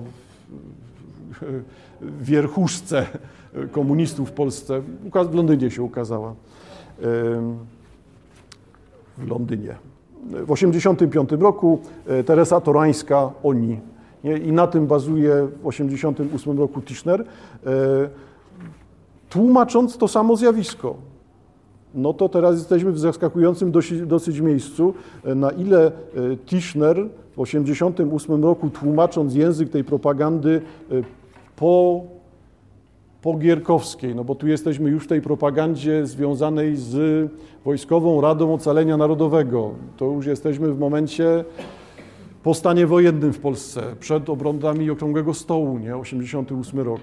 Speaker 1: wierchuszce komunistów w Polsce. W Londynie się ukazała. W Londynie. W osiemdziesiątym piątym roku Teresa Torańska Oni. I na tym bazuje w osiemdziesiątym ósmym roku Tischner, tłumacząc to samo zjawisko. No to teraz jesteśmy w zaskakującym dosyć, dosyć miejscu, na ile Tischner w osiemdziesiątym ósmym roku, tłumacząc język tej propagandy po, po gierkowskiej, no bo tu jesteśmy już w tej propagandzie związanej z Wojskową Radą Ocalenia Narodowego. To już jesteśmy w momencie po stanie wojennym w Polsce, przed obrządami Okrągłego Stołu, nie? osiemdziesiąty ósmy rok.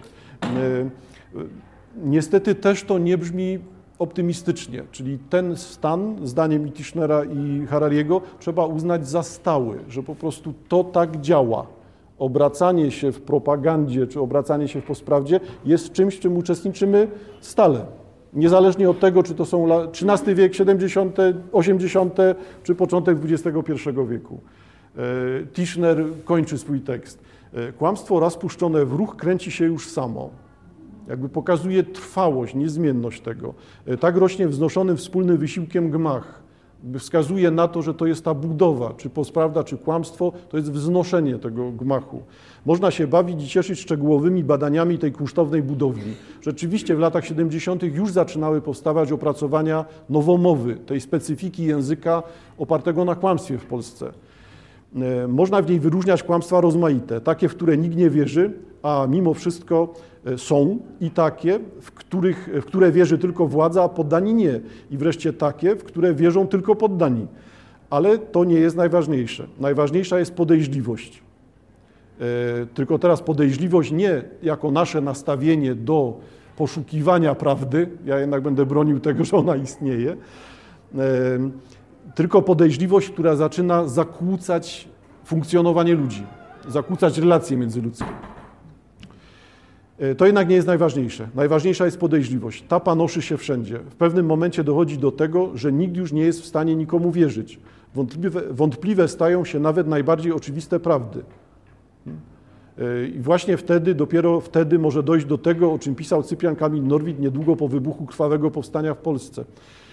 Speaker 1: Niestety też to nie brzmi optymistycznie, czyli ten stan, zdaniem i Tischnera, i Harariego, trzeba uznać za stały, że po prostu to tak działa. Obracanie się w propagandzie, czy obracanie się w postprawdzie jest czymś, w czym uczestniczymy stale. Niezależnie od tego, czy to są trzynasty wiek, siedemdziesiąty, osiemdziesiąty, czy początek dwudziestego pierwszego wieku. Tischner kończy swój tekst. Kłamstwo raz puszczone w ruch kręci się już samo. Jakby pokazuje trwałość, niezmienność tego. Tak rośnie wznoszonym wspólnym wysiłkiem gmach. Wskazuje na to, że to jest ta budowa, czy postprawda, czy kłamstwo, to jest wznoszenie tego gmachu. Można się bawić i cieszyć szczegółowymi badaniami tej kunsztownej budowli. Rzeczywiście w latach siedemdziesiątych już zaczynały powstawać opracowania nowomowy, tej specyfiki języka opartego na kłamstwie w Polsce. Można w niej wyróżniać kłamstwa rozmaite, takie, w które nikt nie wierzy, a mimo wszystko są, i takie, w, których, w które wierzy tylko władza, a poddani nie. I wreszcie takie, w które wierzą tylko poddani. Ale to nie jest najważniejsze. Najważniejsza jest podejrzliwość. Tylko teraz podejrzliwość nie jako nasze nastawienie do poszukiwania prawdy, ja jednak będę bronił tego, że ona istnieje, tylko podejrzliwość, która zaczyna zakłócać funkcjonowanie ludzi, zakłócać relacje międzyludzkie. To jednak nie jest najważniejsze. Najważniejsza jest podejrzliwość. Ta panoszy się wszędzie. W pewnym momencie dochodzi do tego, że nikt już nie jest w stanie nikomu wierzyć. Wątpliwe, wątpliwe stają się nawet najbardziej oczywiste prawdy. I właśnie wtedy, dopiero wtedy może dojść do tego, o czym pisał Cyprian Kamil Norwid niedługo po wybuchu krwawego powstania w Polsce.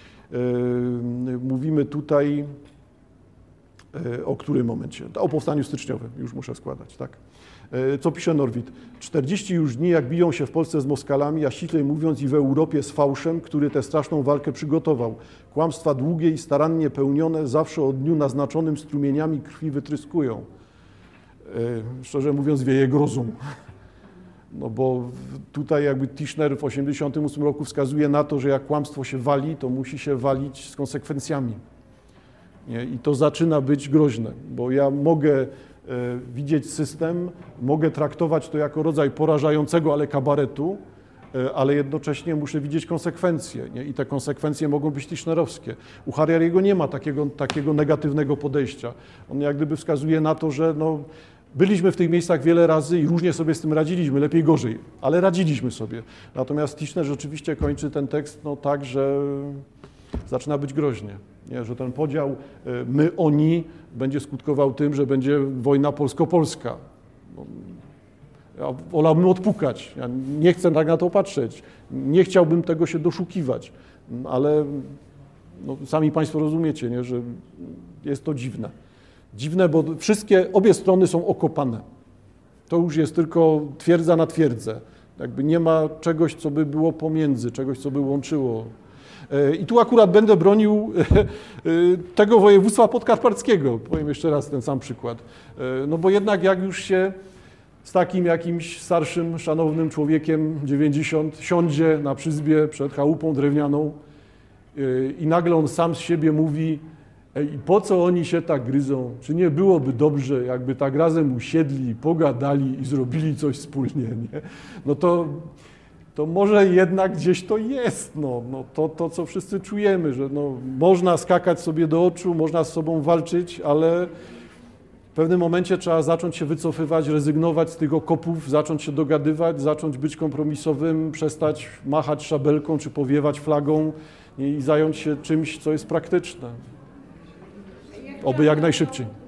Speaker 1: Mówimy tutaj o którym momencie? O powstaniu styczniowym, już muszę składać, tak? Co pisze Norwid? czterdzieści już dni, jak biją się w Polsce z Moskalami, a ściślej mówiąc i w Europie z fałszem, który tę straszną walkę przygotował. Kłamstwa długie i starannie pełnione zawsze o dniu naznaczonym strumieniami krwi wytryskują. Szczerze mówiąc, wieje grozą. No bo tutaj jakby Tischner w osiemdziesiątym ósmym roku wskazuje na to, że jak kłamstwo się wali, to musi się walić z konsekwencjami. Nie? I to zaczyna być groźne, bo ja mogę widzieć system, mogę traktować to jako rodzaj porażającego, ale kabaretu, ale jednocześnie muszę widzieć konsekwencje, nie? I te konsekwencje mogą być tischnerowskie. U Harariego nie ma takiego, takiego negatywnego podejścia. On jak gdyby wskazuje na to, że no, Byliśmy w tych miejscach wiele razy i różnie sobie z tym radziliśmy, lepiej, gorzej, ale radziliśmy sobie. Natomiast Tischner rzeczywiście kończy ten tekst no, tak, że zaczyna być groźnie, nie? Że ten podział my, oni będzie skutkował tym, że będzie wojna polsko-polska. Ja wolałbym odpukać, ja nie chcę tak na to patrzeć, nie chciałbym tego się doszukiwać, ale no, sami Państwo rozumiecie, nie? Że jest to dziwne. Dziwne, bo wszystkie, obie strony są okopane. To już jest tylko twierdza na twierdzę. Jakby nie ma czegoś, co by było pomiędzy, czegoś, co by łączyło. I tu akurat będę bronił tego województwa podkarpackiego. Powiem jeszcze raz ten sam przykład. No bo jednak jak już się z takim jakimś starszym, szanownym człowiekiem dziewięćdziesiąt siądzie na przyzbie przed chałupą drewnianą i nagle on sam z siebie mówi: ej, po co oni się tak gryzą? Czy nie byłoby dobrze, jakby tak razem usiedli, pogadali i zrobili coś wspólnie, nie? No to, to może jednak gdzieś to jest, no, no to, to, co wszyscy czujemy, że no, można skakać sobie do oczu, można z sobą walczyć, ale w pewnym momencie trzeba zacząć się wycofywać, rezygnować z tych okopów, zacząć się dogadywać, zacząć być kompromisowym, przestać machać szabelką czy powiewać flagą i zająć się czymś, co jest praktyczne. Oby jak najszybciej.